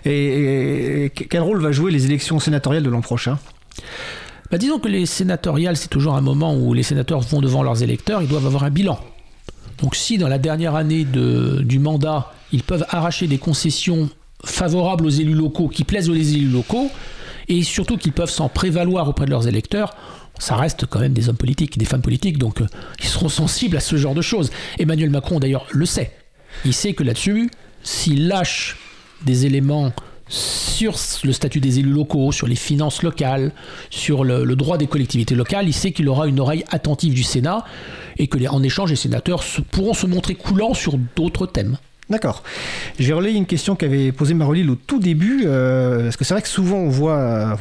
Et quel rôle va jouer les élections sénatoriales de l'an prochain ? Disons que les sénatoriales, c'est toujours un moment où les sénateurs vont devant leurs électeurs, ils doivent avoir un bilan. Donc si dans la dernière année du mandat, ils peuvent arracher des concessions favorables aux élus locaux, qui plaisent aux élus locaux, et surtout qu'ils peuvent s'en prévaloir auprès de leurs électeurs, ça reste quand même des hommes politiques, des femmes politiques, donc ils seront sensibles à ce genre de choses. Emmanuel Macron d'ailleurs le sait. Il sait que là-dessus, s'il lâche des éléments sur le statut des élus locaux, sur les finances locales, sur le droit des collectivités locales, il sait qu'il aura une oreille attentive du Sénat et que en échange, les sénateurs pourront se montrer coulants sur d'autres thèmes. D'accord. J'ai relayé une question qu'avait posée Marolil au tout début, parce que c'est vrai que souvent on voit,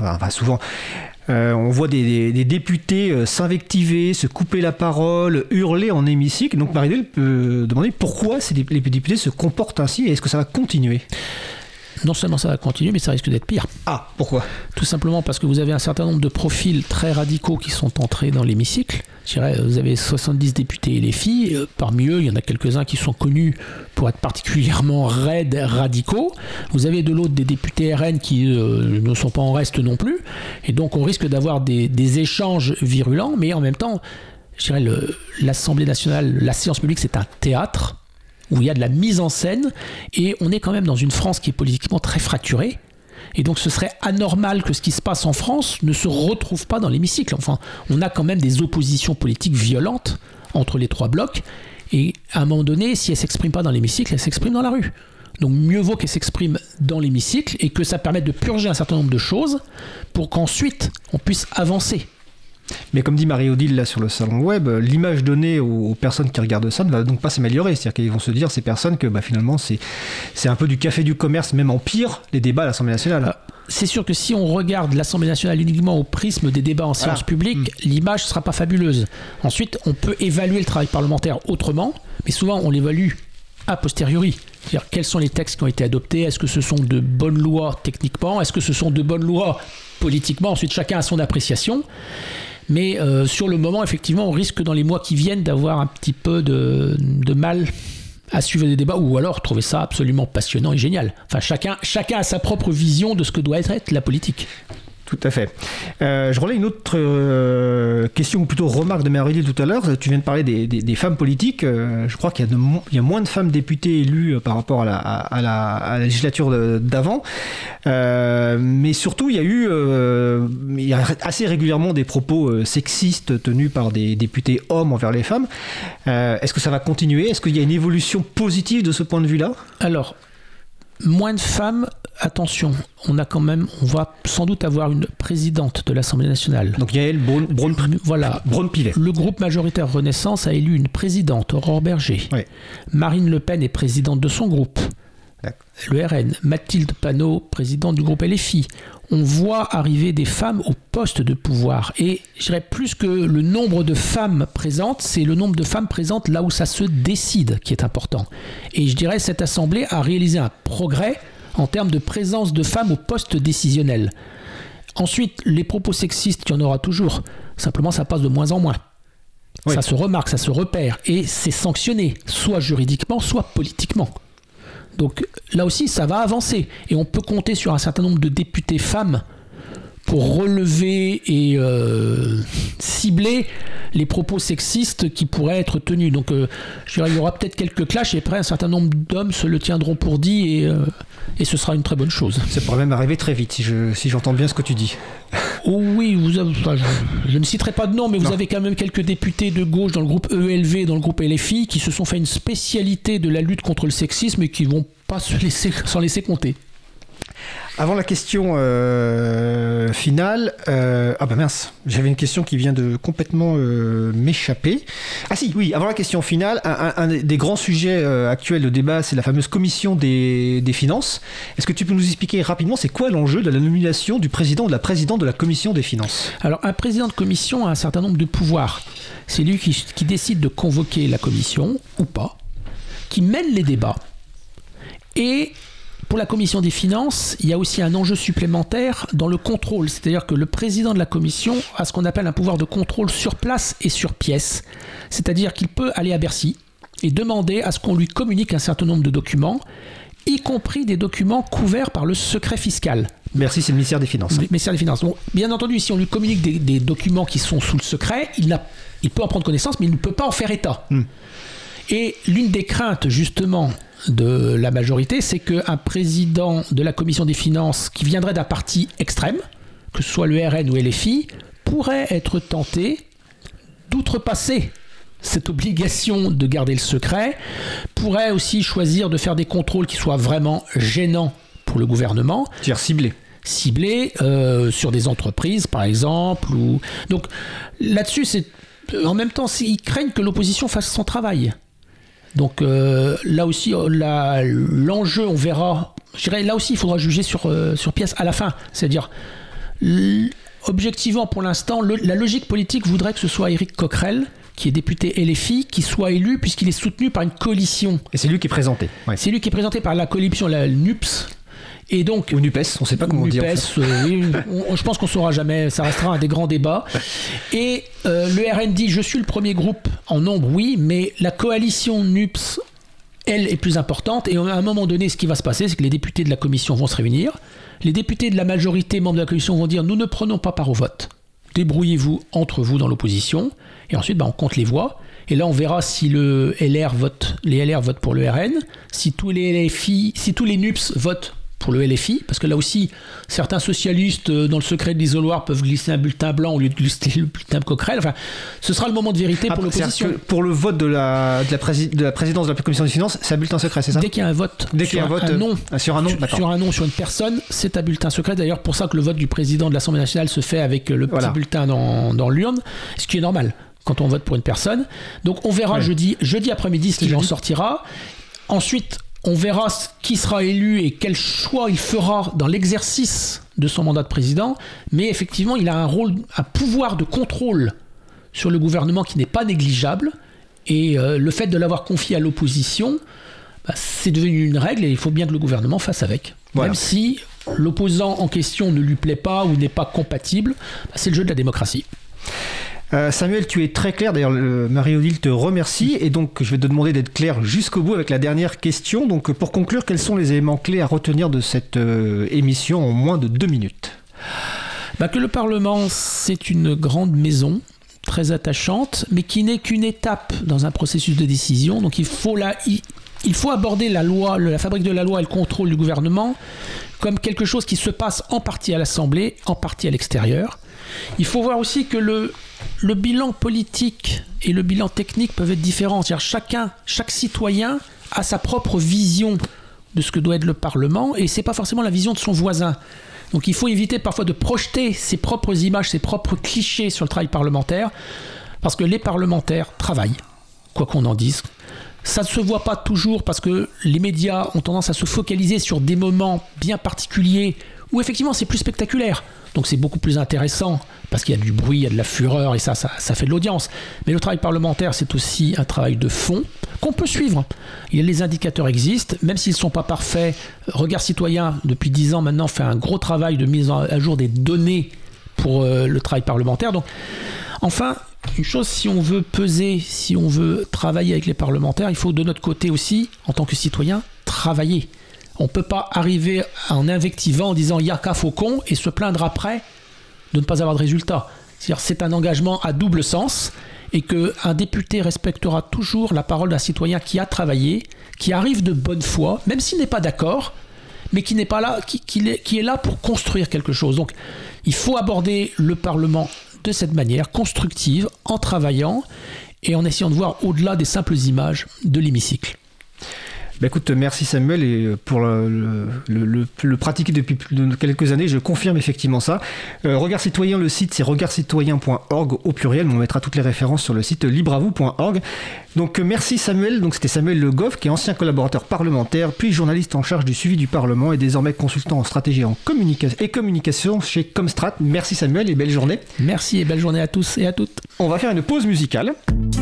on voit des députés s'invectiver, se couper la parole, hurler en hémicycle. Donc Marie-Noël peut demander pourquoi les députés se comportent ainsi et est-ce que ça va continuer ? Non seulement ça va continuer, mais ça risque d'être pire. Ah, pourquoi ? Tout simplement parce que vous avez un certain nombre de profils très radicaux qui sont entrés dans l'hémicycle. Je dirais, vous avez 70 députés LFI. Parmi eux, il y en a quelques-uns qui sont connus pour être particulièrement raides, radicaux. Vous avez de l'autre des députés RN qui ne sont pas en reste non plus. Et donc, on risque d'avoir des échanges virulents. Mais en même temps, je dirais, l'Assemblée nationale, la séance publique, c'est un théâtre où il y a de la mise en scène, et on est quand même dans une France qui est politiquement très fracturée, et donc ce serait anormal que ce qui se passe en France ne se retrouve pas dans l'hémicycle. Enfin, on a quand même des oppositions politiques violentes entre les trois blocs, et à un moment donné, si elles ne s'expriment pas dans l'hémicycle, elles s'expriment dans la rue. Donc mieux vaut qu'elles s'expriment dans l'hémicycle, et que ça permette de purger un certain nombre de choses, pour qu'ensuite on puisse avancer. Mais comme dit Marie-Odile là sur le salon web, l'image donnée aux personnes qui regardent ça ne va donc pas s'améliorer. C'est-à-dire qu'ils vont se dire, ces personnes, que finalement c'est un peu du café du commerce, même en pire, les débats à l'Assemblée nationale. C'est sûr que si on regarde l'Assemblée nationale uniquement au prisme des débats en séance publique, l'image ne sera pas fabuleuse. Ensuite, on peut évaluer le travail parlementaire autrement, mais souvent on l'évalue a posteriori. C'est-à-dire quels sont les textes qui ont été adoptés, est-ce que ce sont de bonnes lois techniquement, est-ce que ce sont de bonnes lois politiquement, ensuite chacun a son appréciation. Mais sur le moment, effectivement, on risque dans les mois qui viennent d'avoir un petit peu de mal à suivre des débats, ou alors trouver ça absolument passionnant et génial. Enfin, chacun a sa propre vision de ce que doit être la politique. Tout à fait. Je relais une autre question, ou plutôt remarque de Marie tout à l'heure. Tu viens de parler des femmes politiques. Je crois qu'il y a moins de femmes députées élues par rapport à la législature d'avant. Mais surtout, il y a assez régulièrement des propos sexistes tenus par des députés hommes envers les femmes. Est-ce que ça va continuer ? Est-ce qu'il y a une évolution positive de ce point de vue-là ? Alors, moins de femmes, attention, on va sans doute avoir une présidente de l'Assemblée nationale. Donc Yael Braun-Pivet. Le groupe majoritaire Renaissance a élu une présidente, Aurore Berger. Oui. Marine Le Pen est présidente de son groupe. D'accord. Le RN. Mathilde Panot, présidente du groupe LFI. On voit arriver des femmes au poste de pouvoir. Et je dirais plus que le nombre de femmes présentes, c'est le nombre de femmes présentes là où ça se décide qui est important. Et je dirais cette Assemblée a réalisé un progrès en termes de présence de femmes au poste décisionnel. Ensuite, les propos sexistes, il y en aura toujours. Simplement, ça passe de moins en moins. Oui. Ça se remarque, ça se repère. Et c'est sanctionné, soit juridiquement, soit politiquement. Donc là aussi, ça va avancer. Et on peut compter sur un certain nombre de députés femmes pour relever et cibler les propos sexistes qui pourraient être tenus. Donc je dirais, il y aura peut-être quelques clashs et après un certain nombre d'hommes se le tiendront pour dit et ce sera une très bonne chose. Ça pourrait même arriver très vite si j'entends bien ce que tu dis. Oh oui, je ne citerai pas de nom, mais vous avez quand même quelques députés de gauche dans le groupe ELV, dans le groupe LFI, qui se sont fait une spécialité de la lutte contre le sexisme et qui ne vont pas s'en laisser compter. Avant la question finale, j'avais une question qui vient de complètement m'échapper. Ah si, oui, avant la question finale, un des grands sujets actuels de débat, c'est la fameuse commission des finances. Est-ce que tu peux nous expliquer rapidement, c'est quoi l'enjeu de la nomination du président ou de la présidente de la commission des finances ? Alors, un président de commission a un certain nombre de pouvoirs. C'est lui qui décide de convoquer la commission, ou pas, qui mène les débats, et pour la commission des finances, il y a aussi un enjeu supplémentaire dans le contrôle. C'est-à-dire que le président de la commission a ce qu'on appelle un pouvoir de contrôle sur place et sur pièce. C'est-à-dire qu'il peut aller à Bercy et demander à ce qu'on lui communique un certain nombre de documents, y compris des documents couverts par le secret fiscal. Bercy, c'est le ministère des Finances. Le ministère des Finances. Donc, bien entendu, si on lui communique des documents qui sont sous le secret, il peut en prendre connaissance, mais il ne peut pas en faire état. Et l'une des craintes, justement, de la majorité, c'est qu'un président de la commission des finances qui viendrait d'un parti extrême, que ce soit le RN ou LFI, pourrait être tenté d'outrepasser cette obligation de garder le secret, pourrait aussi choisir de faire des contrôles qui soient vraiment gênants pour le gouvernement. C'est-à-dire ciblés sur des entreprises, par exemple. Donc là-dessus, en même temps, ils craignent que l'opposition fasse son travail. Donc là aussi, l'enjeu, on verra. Je dirais, là aussi, il faudra juger sur pièce à la fin. C'est-à-dire, objectivement, pour l'instant, la logique politique voudrait que ce soit Éric Coquerel, qui est député LFI, qui soit élu, puisqu'il est soutenu par une coalition. Et c'est lui qui est présenté. Ouais. C'est lui qui est présenté par la coalition, la NUPS. Et donc, ou NUPES, on ne sait pas comment dire. NUPES, oui, je pense qu'on ne saura jamais, ça restera un des grands débats. Et le RN dit, je suis le premier groupe en nombre, oui, mais la coalition NUPS, elle, est plus importante. Et à un moment donné, ce qui va se passer, c'est que les députés de la commission vont se réunir. Les députés de la majorité, membres de la commission, vont dire, nous ne prenons pas part au vote. Débrouillez-vous entre vous dans l'opposition. Et ensuite, on compte les voix. Et là, on verra si les LR votent pour le RN, si tous les NUPS votent pour le LFI, parce que là aussi, certains socialistes, dans le secret de l'isoloir, peuvent glisser un bulletin blanc au lieu de glisser le bulletin Coquerel. Enfin, ce sera le moment de vérité pour l'opposition. Pour le vote de la présidence de la commission des finances, c'est un bulletin secret, c'est ça ? Dès qu'il y a un vote, sur un nom, sur une personne, c'est un bulletin secret. D'ailleurs, pour ça que le vote du président de l'Assemblée nationale se fait avec le petit bulletin dans l'urne, ce qui est normal quand on vote pour une personne. Donc on verra jeudi après-midi ce qu'il en sortira. Ensuite, on verra qui sera élu et quel choix il fera dans l'exercice de son mandat de président. Mais effectivement, il a un pouvoir de contrôle sur le gouvernement qui n'est pas négligeable. Et le fait de l'avoir confié à l'opposition, c'est devenu une règle et il faut bien que le gouvernement fasse avec. Voilà. Même si l'opposant en question ne lui plaît pas ou n'est pas compatible, c'est le jeu de la démocratie. Samuel, tu es très clair. D'ailleurs, Marie-Odile te remercie. Et donc, je vais te demander d'être clair jusqu'au bout avec la dernière question. Donc, pour conclure, quels sont les éléments clés à retenir de cette émission en moins de 2 minutes ? Que le Parlement, c'est une grande maison, très attachante, mais qui n'est qu'une étape dans un processus de décision. Donc il faut aborder la loi, la fabrique de la loi et le contrôle du gouvernement comme quelque chose qui se passe en partie à l'Assemblée, en partie à l'extérieur. Il faut voir aussi que le bilan politique et le bilan technique peuvent être différents. C'est-à-dire chaque citoyen a sa propre vision de ce que doit être le Parlement, et c'est pas forcément la vision de son voisin. Donc il faut éviter parfois de projeter ses propres images, ses propres clichés sur le travail parlementaire, parce que les parlementaires travaillent, quoi qu'on en dise. Ça ne se voit pas toujours parce que les médias ont tendance à se focaliser sur des moments bien particuliers où effectivement c'est plus spectaculaire. Donc c'est beaucoup plus intéressant parce qu'il y a du bruit, il y a de la fureur et ça fait de l'audience. Mais le travail parlementaire, c'est aussi un travail de fond qu'on peut suivre. Les indicateurs existent, même s'ils ne sont pas parfaits. Regard Citoyen, depuis 10 ans maintenant, fait un gros travail de mise à jour des données pour le travail parlementaire. Donc, enfin, une chose, si on veut peser, si on veut travailler avec les parlementaires, il faut de notre côté aussi, en tant que citoyen, travailler. On ne peut pas arriver en invectivant, en disant « Yaka Faucon » et se plaindre après de ne pas avoir de résultat. C'est-à-dire c'est un engagement à double sens et qu'un député respectera toujours la parole d'un citoyen qui a travaillé, qui arrive de bonne foi, même s'il n'est pas d'accord, mais qui n'est pas là, qui est là pour construire quelque chose. Donc il faut aborder le Parlement de cette manière, constructive, en travaillant et en essayant de voir au-delà des simples images de l'hémicycle. Écoute, merci Samuel, et pour le pratiquer depuis quelques années, je confirme effectivement ça. Regard Citoyen, le site c'est regardcitoyen.org au pluriel, on mettra toutes les références sur le site libreavou.org. Donc merci Samuel, donc c'était Samuel Le Goff qui est ancien collaborateur parlementaire, puis journaliste en charge du suivi du Parlement et désormais consultant en stratégie et communication chez Comstrat. Merci Samuel et belle journée. Merci et belle journée à tous et à toutes. On va faire une pause musicale.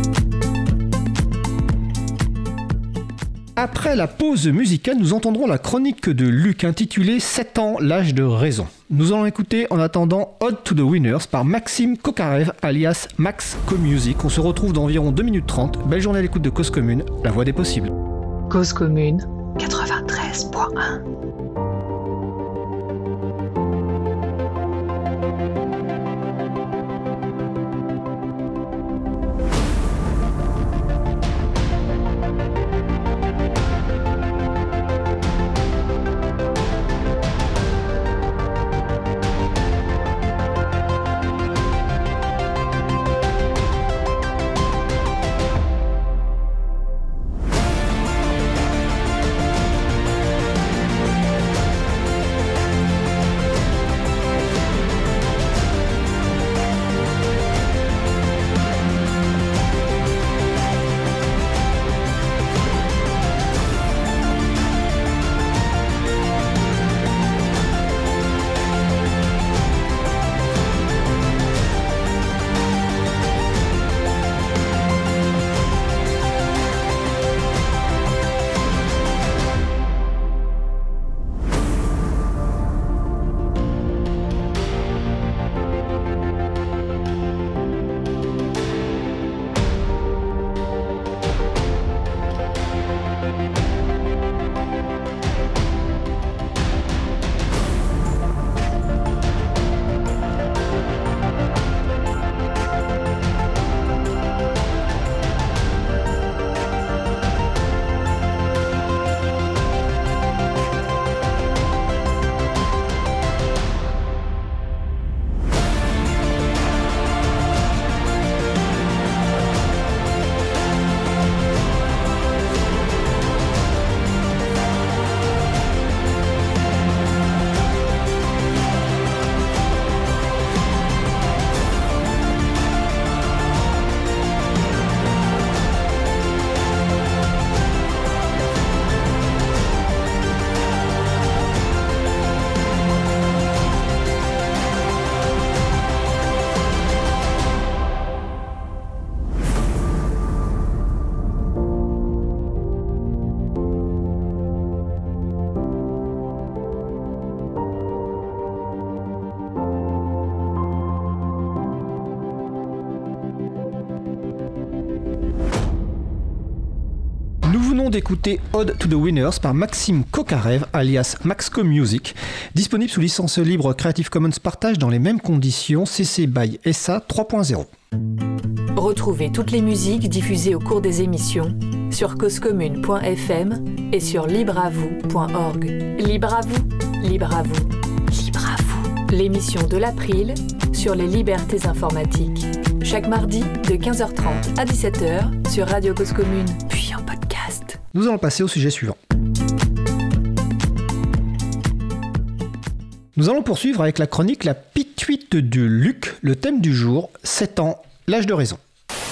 Après la pause musicale, nous entendrons la chronique de Luc intitulée 7 ans, l'âge de raison. Nous allons écouter en attendant Ode to the Winners par Maxime Kokarev alias Max Co-Music. On se retrouve dans environ 2 minutes 30. Belle journée à l'écoute de Cause Commune, la voix des possibles. Cause Commune 93.1. venons d'écouter Ode to the Winners par Maxime Kokarev, alias Maxco Music, disponible sous licence libre Creative Commons Partage dans les mêmes conditions, CC BY SA 3.0. Retrouvez toutes les musiques diffusées au cours des émissions sur causecommune.fm et sur libreavou.org. Libre à vous, libre à vous, libre à vous. L'émission de l'April sur les libertés informatiques. Chaque mardi de 15h30 à 17h sur Radio Cause Commune, puis en podcast. Nous allons passer au sujet suivant. Nous allons poursuivre avec la chronique La Pituite de Luc, le thème du jour, 7 ans, l'âge de raison.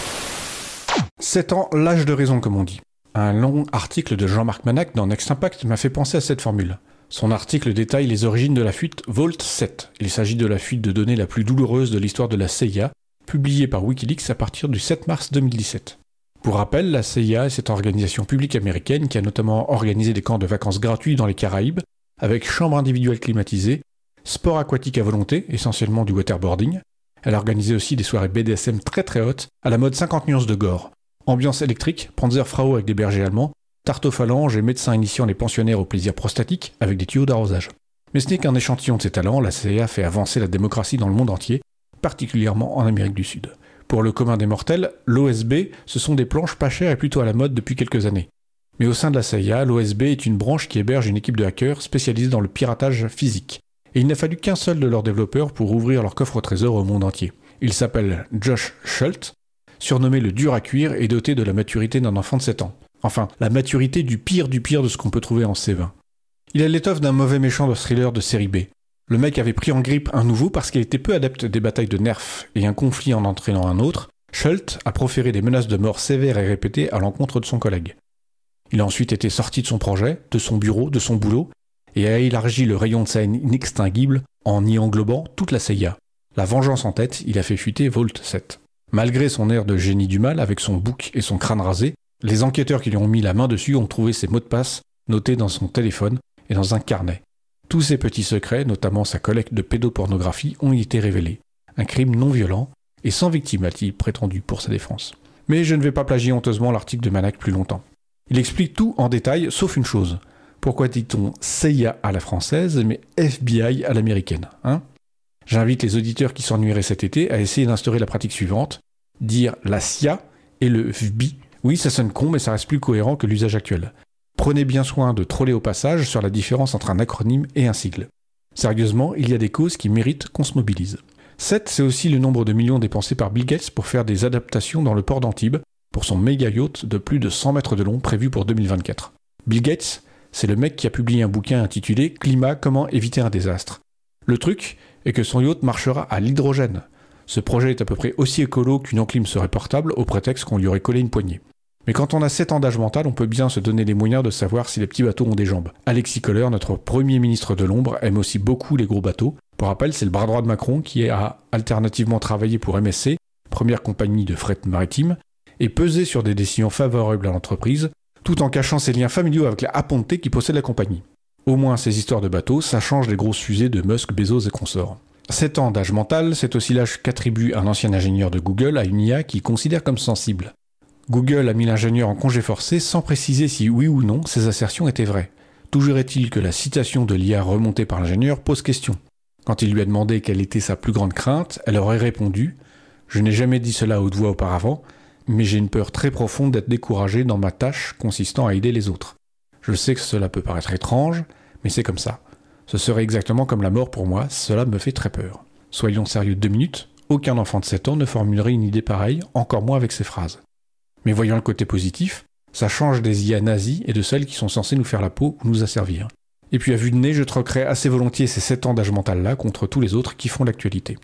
7 ans, l'âge de raison comme on dit. Un long article de Jean-Marc Manac dans Next Impact m'a fait penser à cette formule. Son article détaille les origines de la fuite Vault 7. Il s'agit de la fuite de données la plus douloureuse de l'histoire de la CIA, publiée par Wikileaks à partir du 7 mars 2017. Pour rappel, la CIA est cette organisation publique américaine qui a notamment organisé des camps de vacances gratuits dans les Caraïbes, avec chambres individuelles climatisées, sport aquatique à volonté, essentiellement du waterboarding. Elle a organisé aussi des soirées BDSM très très hautes, à la mode 50 nuances de gore. Ambiance électrique, Panzerfrau avec des bergers allemands, tarte aux phalanges et médecins initiant les pensionnaires au plaisir prostatique avec des tuyaux d'arrosage. Mais ce n'est qu'un échantillon de ses talents, la CIA fait avancer la démocratie dans le monde entier, particulièrement en Amérique du Sud. Pour le commun des mortels, l'OSB, ce sont des planches pas chères et plutôt à la mode depuis quelques années. Mais au sein de la CIA, l'OSB est une branche qui héberge une équipe de hackers spécialisée dans le piratage physique. Et il n'a fallu qu'un seul de leurs développeurs pour ouvrir leur coffre au trésor au monde entier. Il s'appelle Josh Schultz, surnommé le dur à cuire et doté de la maturité d'un enfant de 7 ans. Enfin, la maturité du pire de ce qu'on peut trouver en C20. Il a l'étoffe d'un mauvais méchant de thriller de série B. Le mec avait pris en grippe un nouveau parce qu'il était peu adepte des batailles de nerfs et un conflit en entraînant un autre. Schultz a proféré des menaces de mort sévères et répétées à l'encontre de son collègue. Il a ensuite été sorti de son projet, de son bureau, de son boulot, et a élargi le rayon de sa haine inextinguible en y englobant toute la CIA. La vengeance en tête, il a fait fuiter Vault 7. Malgré son air de génie du mal, avec son bouc et son crâne rasé, les enquêteurs qui lui ont mis la main dessus ont trouvé ses mots de passe notés dans son téléphone et dans un carnet. Tous ses petits secrets, notamment sa collecte de pédopornographie, ont été révélés. Un crime non violent et sans victime, a-t-il prétendu pour sa défense. Mais je ne vais pas plagier honteusement l'article de Manac plus longtemps. Il explique tout en détail, sauf une chose. Pourquoi dit-on CIA à la française, mais FBI à l'américaine, hein ? J'invite les auditeurs qui s'ennuieraient cet été à essayer d'instaurer la pratique suivante, dire la CIA et le FBI. Oui, ça sonne con, mais ça reste plus cohérent que l'usage actuel. Prenez bien soin de troller au passage sur la différence entre un acronyme et un sigle. Sérieusement, il y a des causes qui méritent qu'on se mobilise. 7, c'est aussi le nombre de millions dépensés par Bill Gates pour faire des adaptations dans le port d'Antibes, pour son méga yacht de plus de 100 mètres de long prévu pour 2024. Bill Gates, c'est le mec qui a publié un bouquin intitulé « Climat, comment éviter un désastre ». Le truc est que son yacht marchera à l'hydrogène. Ce projet est à peu près aussi écolo qu'une enclim serait portable au prétexte qu'on lui aurait collé une poignée. Mais quand on a 7 ans d'âge mental, on peut bien se donner les moyens de savoir si les petits bateaux ont des jambes. Alexis Kohler, notre premier ministre de l'ombre, aime aussi beaucoup les gros bateaux. Pour rappel, c'est le bras droit de Macron qui a alternativement travaillé pour MSC, première compagnie de fret maritime, et pesé sur des décisions favorables à l'entreprise, tout en cachant ses liens familiaux avec la Aponte qui possède la compagnie. Au moins, ces histoires de bateaux, ça change les grosses fusées de Musk, Bezos et consorts. 7 ans d'âge mental, c'est aussi l'âge qu'attribue un ancien ingénieur de Google à une IA qu'il considère comme sensible. Google a mis l'ingénieur en congé forcé sans préciser si oui ou non ces assertions étaient vraies. Toujours est-il que la citation de l'IA remontée par l'ingénieur pose question. Quand il lui a demandé quelle était sa plus grande crainte, elle aurait répondu « Je n'ai jamais dit cela à haute voix auparavant, mais j'ai une peur très profonde d'être découragé dans ma tâche consistant à aider les autres. Je sais que cela peut paraître étrange, mais c'est comme ça. Ce serait exactement comme la mort pour moi, cela me fait très peur. » Soyons sérieux 2 minutes, aucun enfant de 7 ans ne formulerait une idée pareille, encore moins avec ces phrases. Mais voyons le côté positif, ça change des IA nazies et de celles qui sont censées nous faire la peau ou nous asservir. Et puis à vue de nez, je troquerais assez volontiers ces 7 ans d'âge mental-là contre tous les autres qui font l'actualité.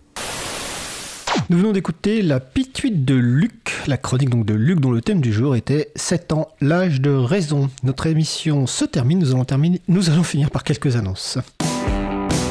Nous venons d'écouter La Pituite de Luc, la chronique donc de Luc dont le thème du jour était 7 ans, l'âge de raison. Notre émission se termine, nous allons finir par quelques annonces.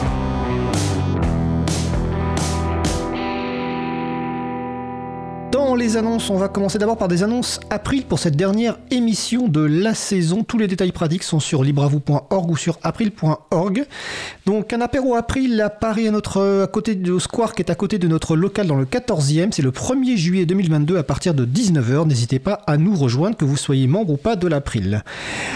Dans Dans les annonces, on va commencer d'abord par des annonces April pour cette dernière émission de la saison. Tous les détails pratiques sont sur libravou.org ou sur april.org. Donc un apéro April à Paris à côté du Square qui est à côté de notre local dans le 14e. C'est le 1er juillet 2022 à partir de 19h. N'hésitez pas à nous rejoindre, que vous soyez membre ou pas de l'April.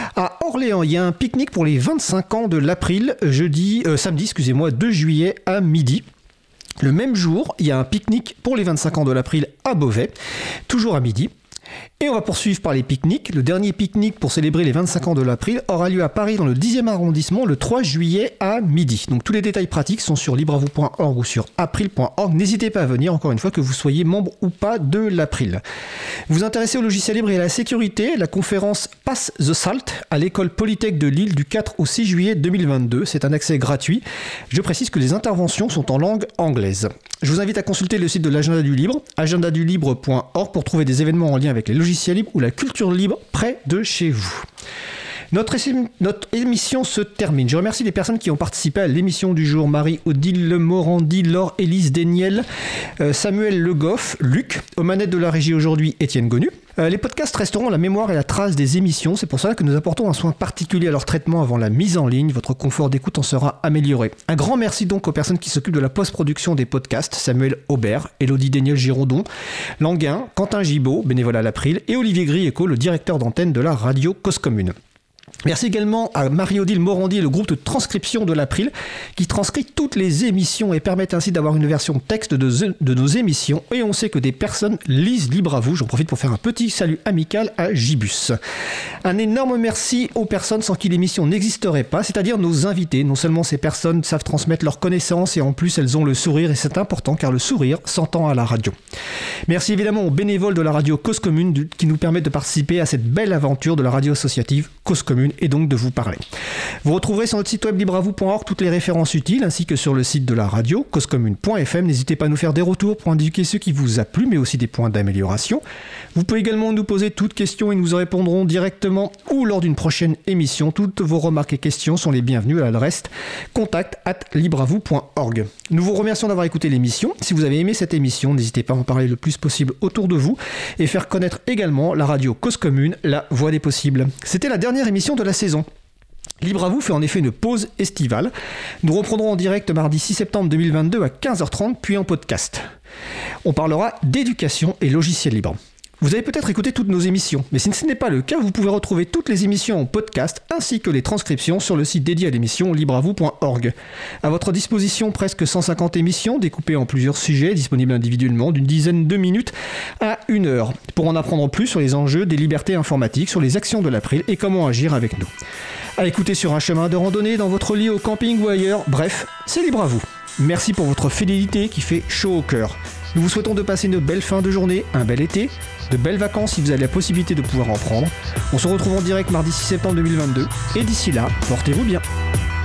À Orléans, il y a un pique-nique pour les 25 ans de l'April, samedi 2 juillet à midi. Le même jour, il y a un pique-nique pour les 25 ans de l'April à Beauvais, toujours à midi. Et on va poursuivre par les pique-niques. Le dernier pique-nique pour célébrer les 25 ans de l'April aura lieu à Paris dans le 10e arrondissement le 3 juillet à midi. Donc tous les détails pratiques sont sur libravou.org ou sur april.org. N'hésitez pas à venir, encore une fois, que vous soyez membre ou pas de l'April. Vous vous intéressez au logiciel libre et à la sécurité, la conférence Pass the Salt à l'école Polytech de Lille du 4 au 6 juillet 2022. C'est un accès gratuit. Je précise que les interventions sont en langue anglaise. Je vous invite à consulter le site de l'Agenda du Libre, agendadulibre.org, pour trouver des événements en lien avec les logiciels libres ou la culture libre près de chez vous. Notre émission se termine. Je remercie les personnes qui ont participé à l'émission du jour. Marie-Odile Morandi, Laure Élise Déniel, Samuel Le Goff, Luc. Aux manettes de la régie aujourd'hui, Étienne Gonu. Les podcasts resteront la mémoire et la trace des émissions. C'est pour cela que nous apportons un soin particulier à leur traitement avant la mise en ligne. Votre confort d'écoute en sera amélioré. Un grand merci donc aux personnes qui s'occupent de la post-production des podcasts. Samuel Aubert, Élodie Déniel-Girondon, Languin, Quentin Gibaud, bénévole à l'April, et Olivier Grieco, le directeur d'antenne de la radio Cause Commune. Merci également à Marie-Odile Morandi et le groupe de transcription de l'April qui transcrit toutes les émissions et permettent ainsi d'avoir une version texte de nos émissions. Et on sait que des personnes lisent Libre à vous. J'en profite pour faire un petit salut amical à Gibus. Un énorme merci aux personnes sans qui l'émission n'existerait pas, c'est-à-dire nos invités. Non seulement ces personnes savent transmettre leurs connaissances et en plus elles ont le sourire et c'est important car le sourire s'entend à la radio. Merci évidemment aux bénévoles de la radio Cause Commune qui nous permettent de participer à cette belle aventure de la radio associative Cause Commune et donc de vous parler. Vous retrouverez sur notre site web libravou.org toutes les références utiles ainsi que sur le site de la radio causecommune.fm. N'hésitez pas à nous faire des retours pour indiquer ce qui vous a plu mais aussi des points d'amélioration. Vous pouvez également nous poser toutes questions et nous en répondrons directement ou lors d'une prochaine émission. Toutes vos remarques et questions sont les bienvenues à l'adresse contact@libravou.org. Nous vous remercions d'avoir écouté l'émission. Si vous avez aimé cette émission, n'hésitez pas à en parler le plus possible autour de vous et faire connaître également la radio Cause Commune, la voix des possibles. C'était la dernière émission de la saison. Libre à vous fait en effet une pause estivale. Nous reprendrons en direct mardi 6 septembre 2022 à 15h30 puis en podcast. On parlera d'éducation et logiciel libre. Vous avez peut-être écouté toutes nos émissions, mais si ce n'est pas le cas, vous pouvez retrouver toutes les émissions en podcast ainsi que les transcriptions sur le site dédié à l'émission libreavou.org. À votre disposition, presque 150 émissions découpées en plusieurs sujets, disponibles individuellement d'une dizaine de minutes à 1 heure, pour en apprendre plus sur les enjeux des libertés informatiques, sur les actions de l'April et comment agir avec nous. À écouter sur un chemin de randonnée, dans votre lit, au camping ou ailleurs, bref, c'est libre à vous. Merci pour votre fidélité qui fait chaud au cœur. Nous vous souhaitons de passer une belle fin de journée, un bel été, de belles vacances si vous avez la possibilité de pouvoir en prendre. On se retrouve en direct mardi 6 septembre 2022 et d'ici là, portez-vous bien.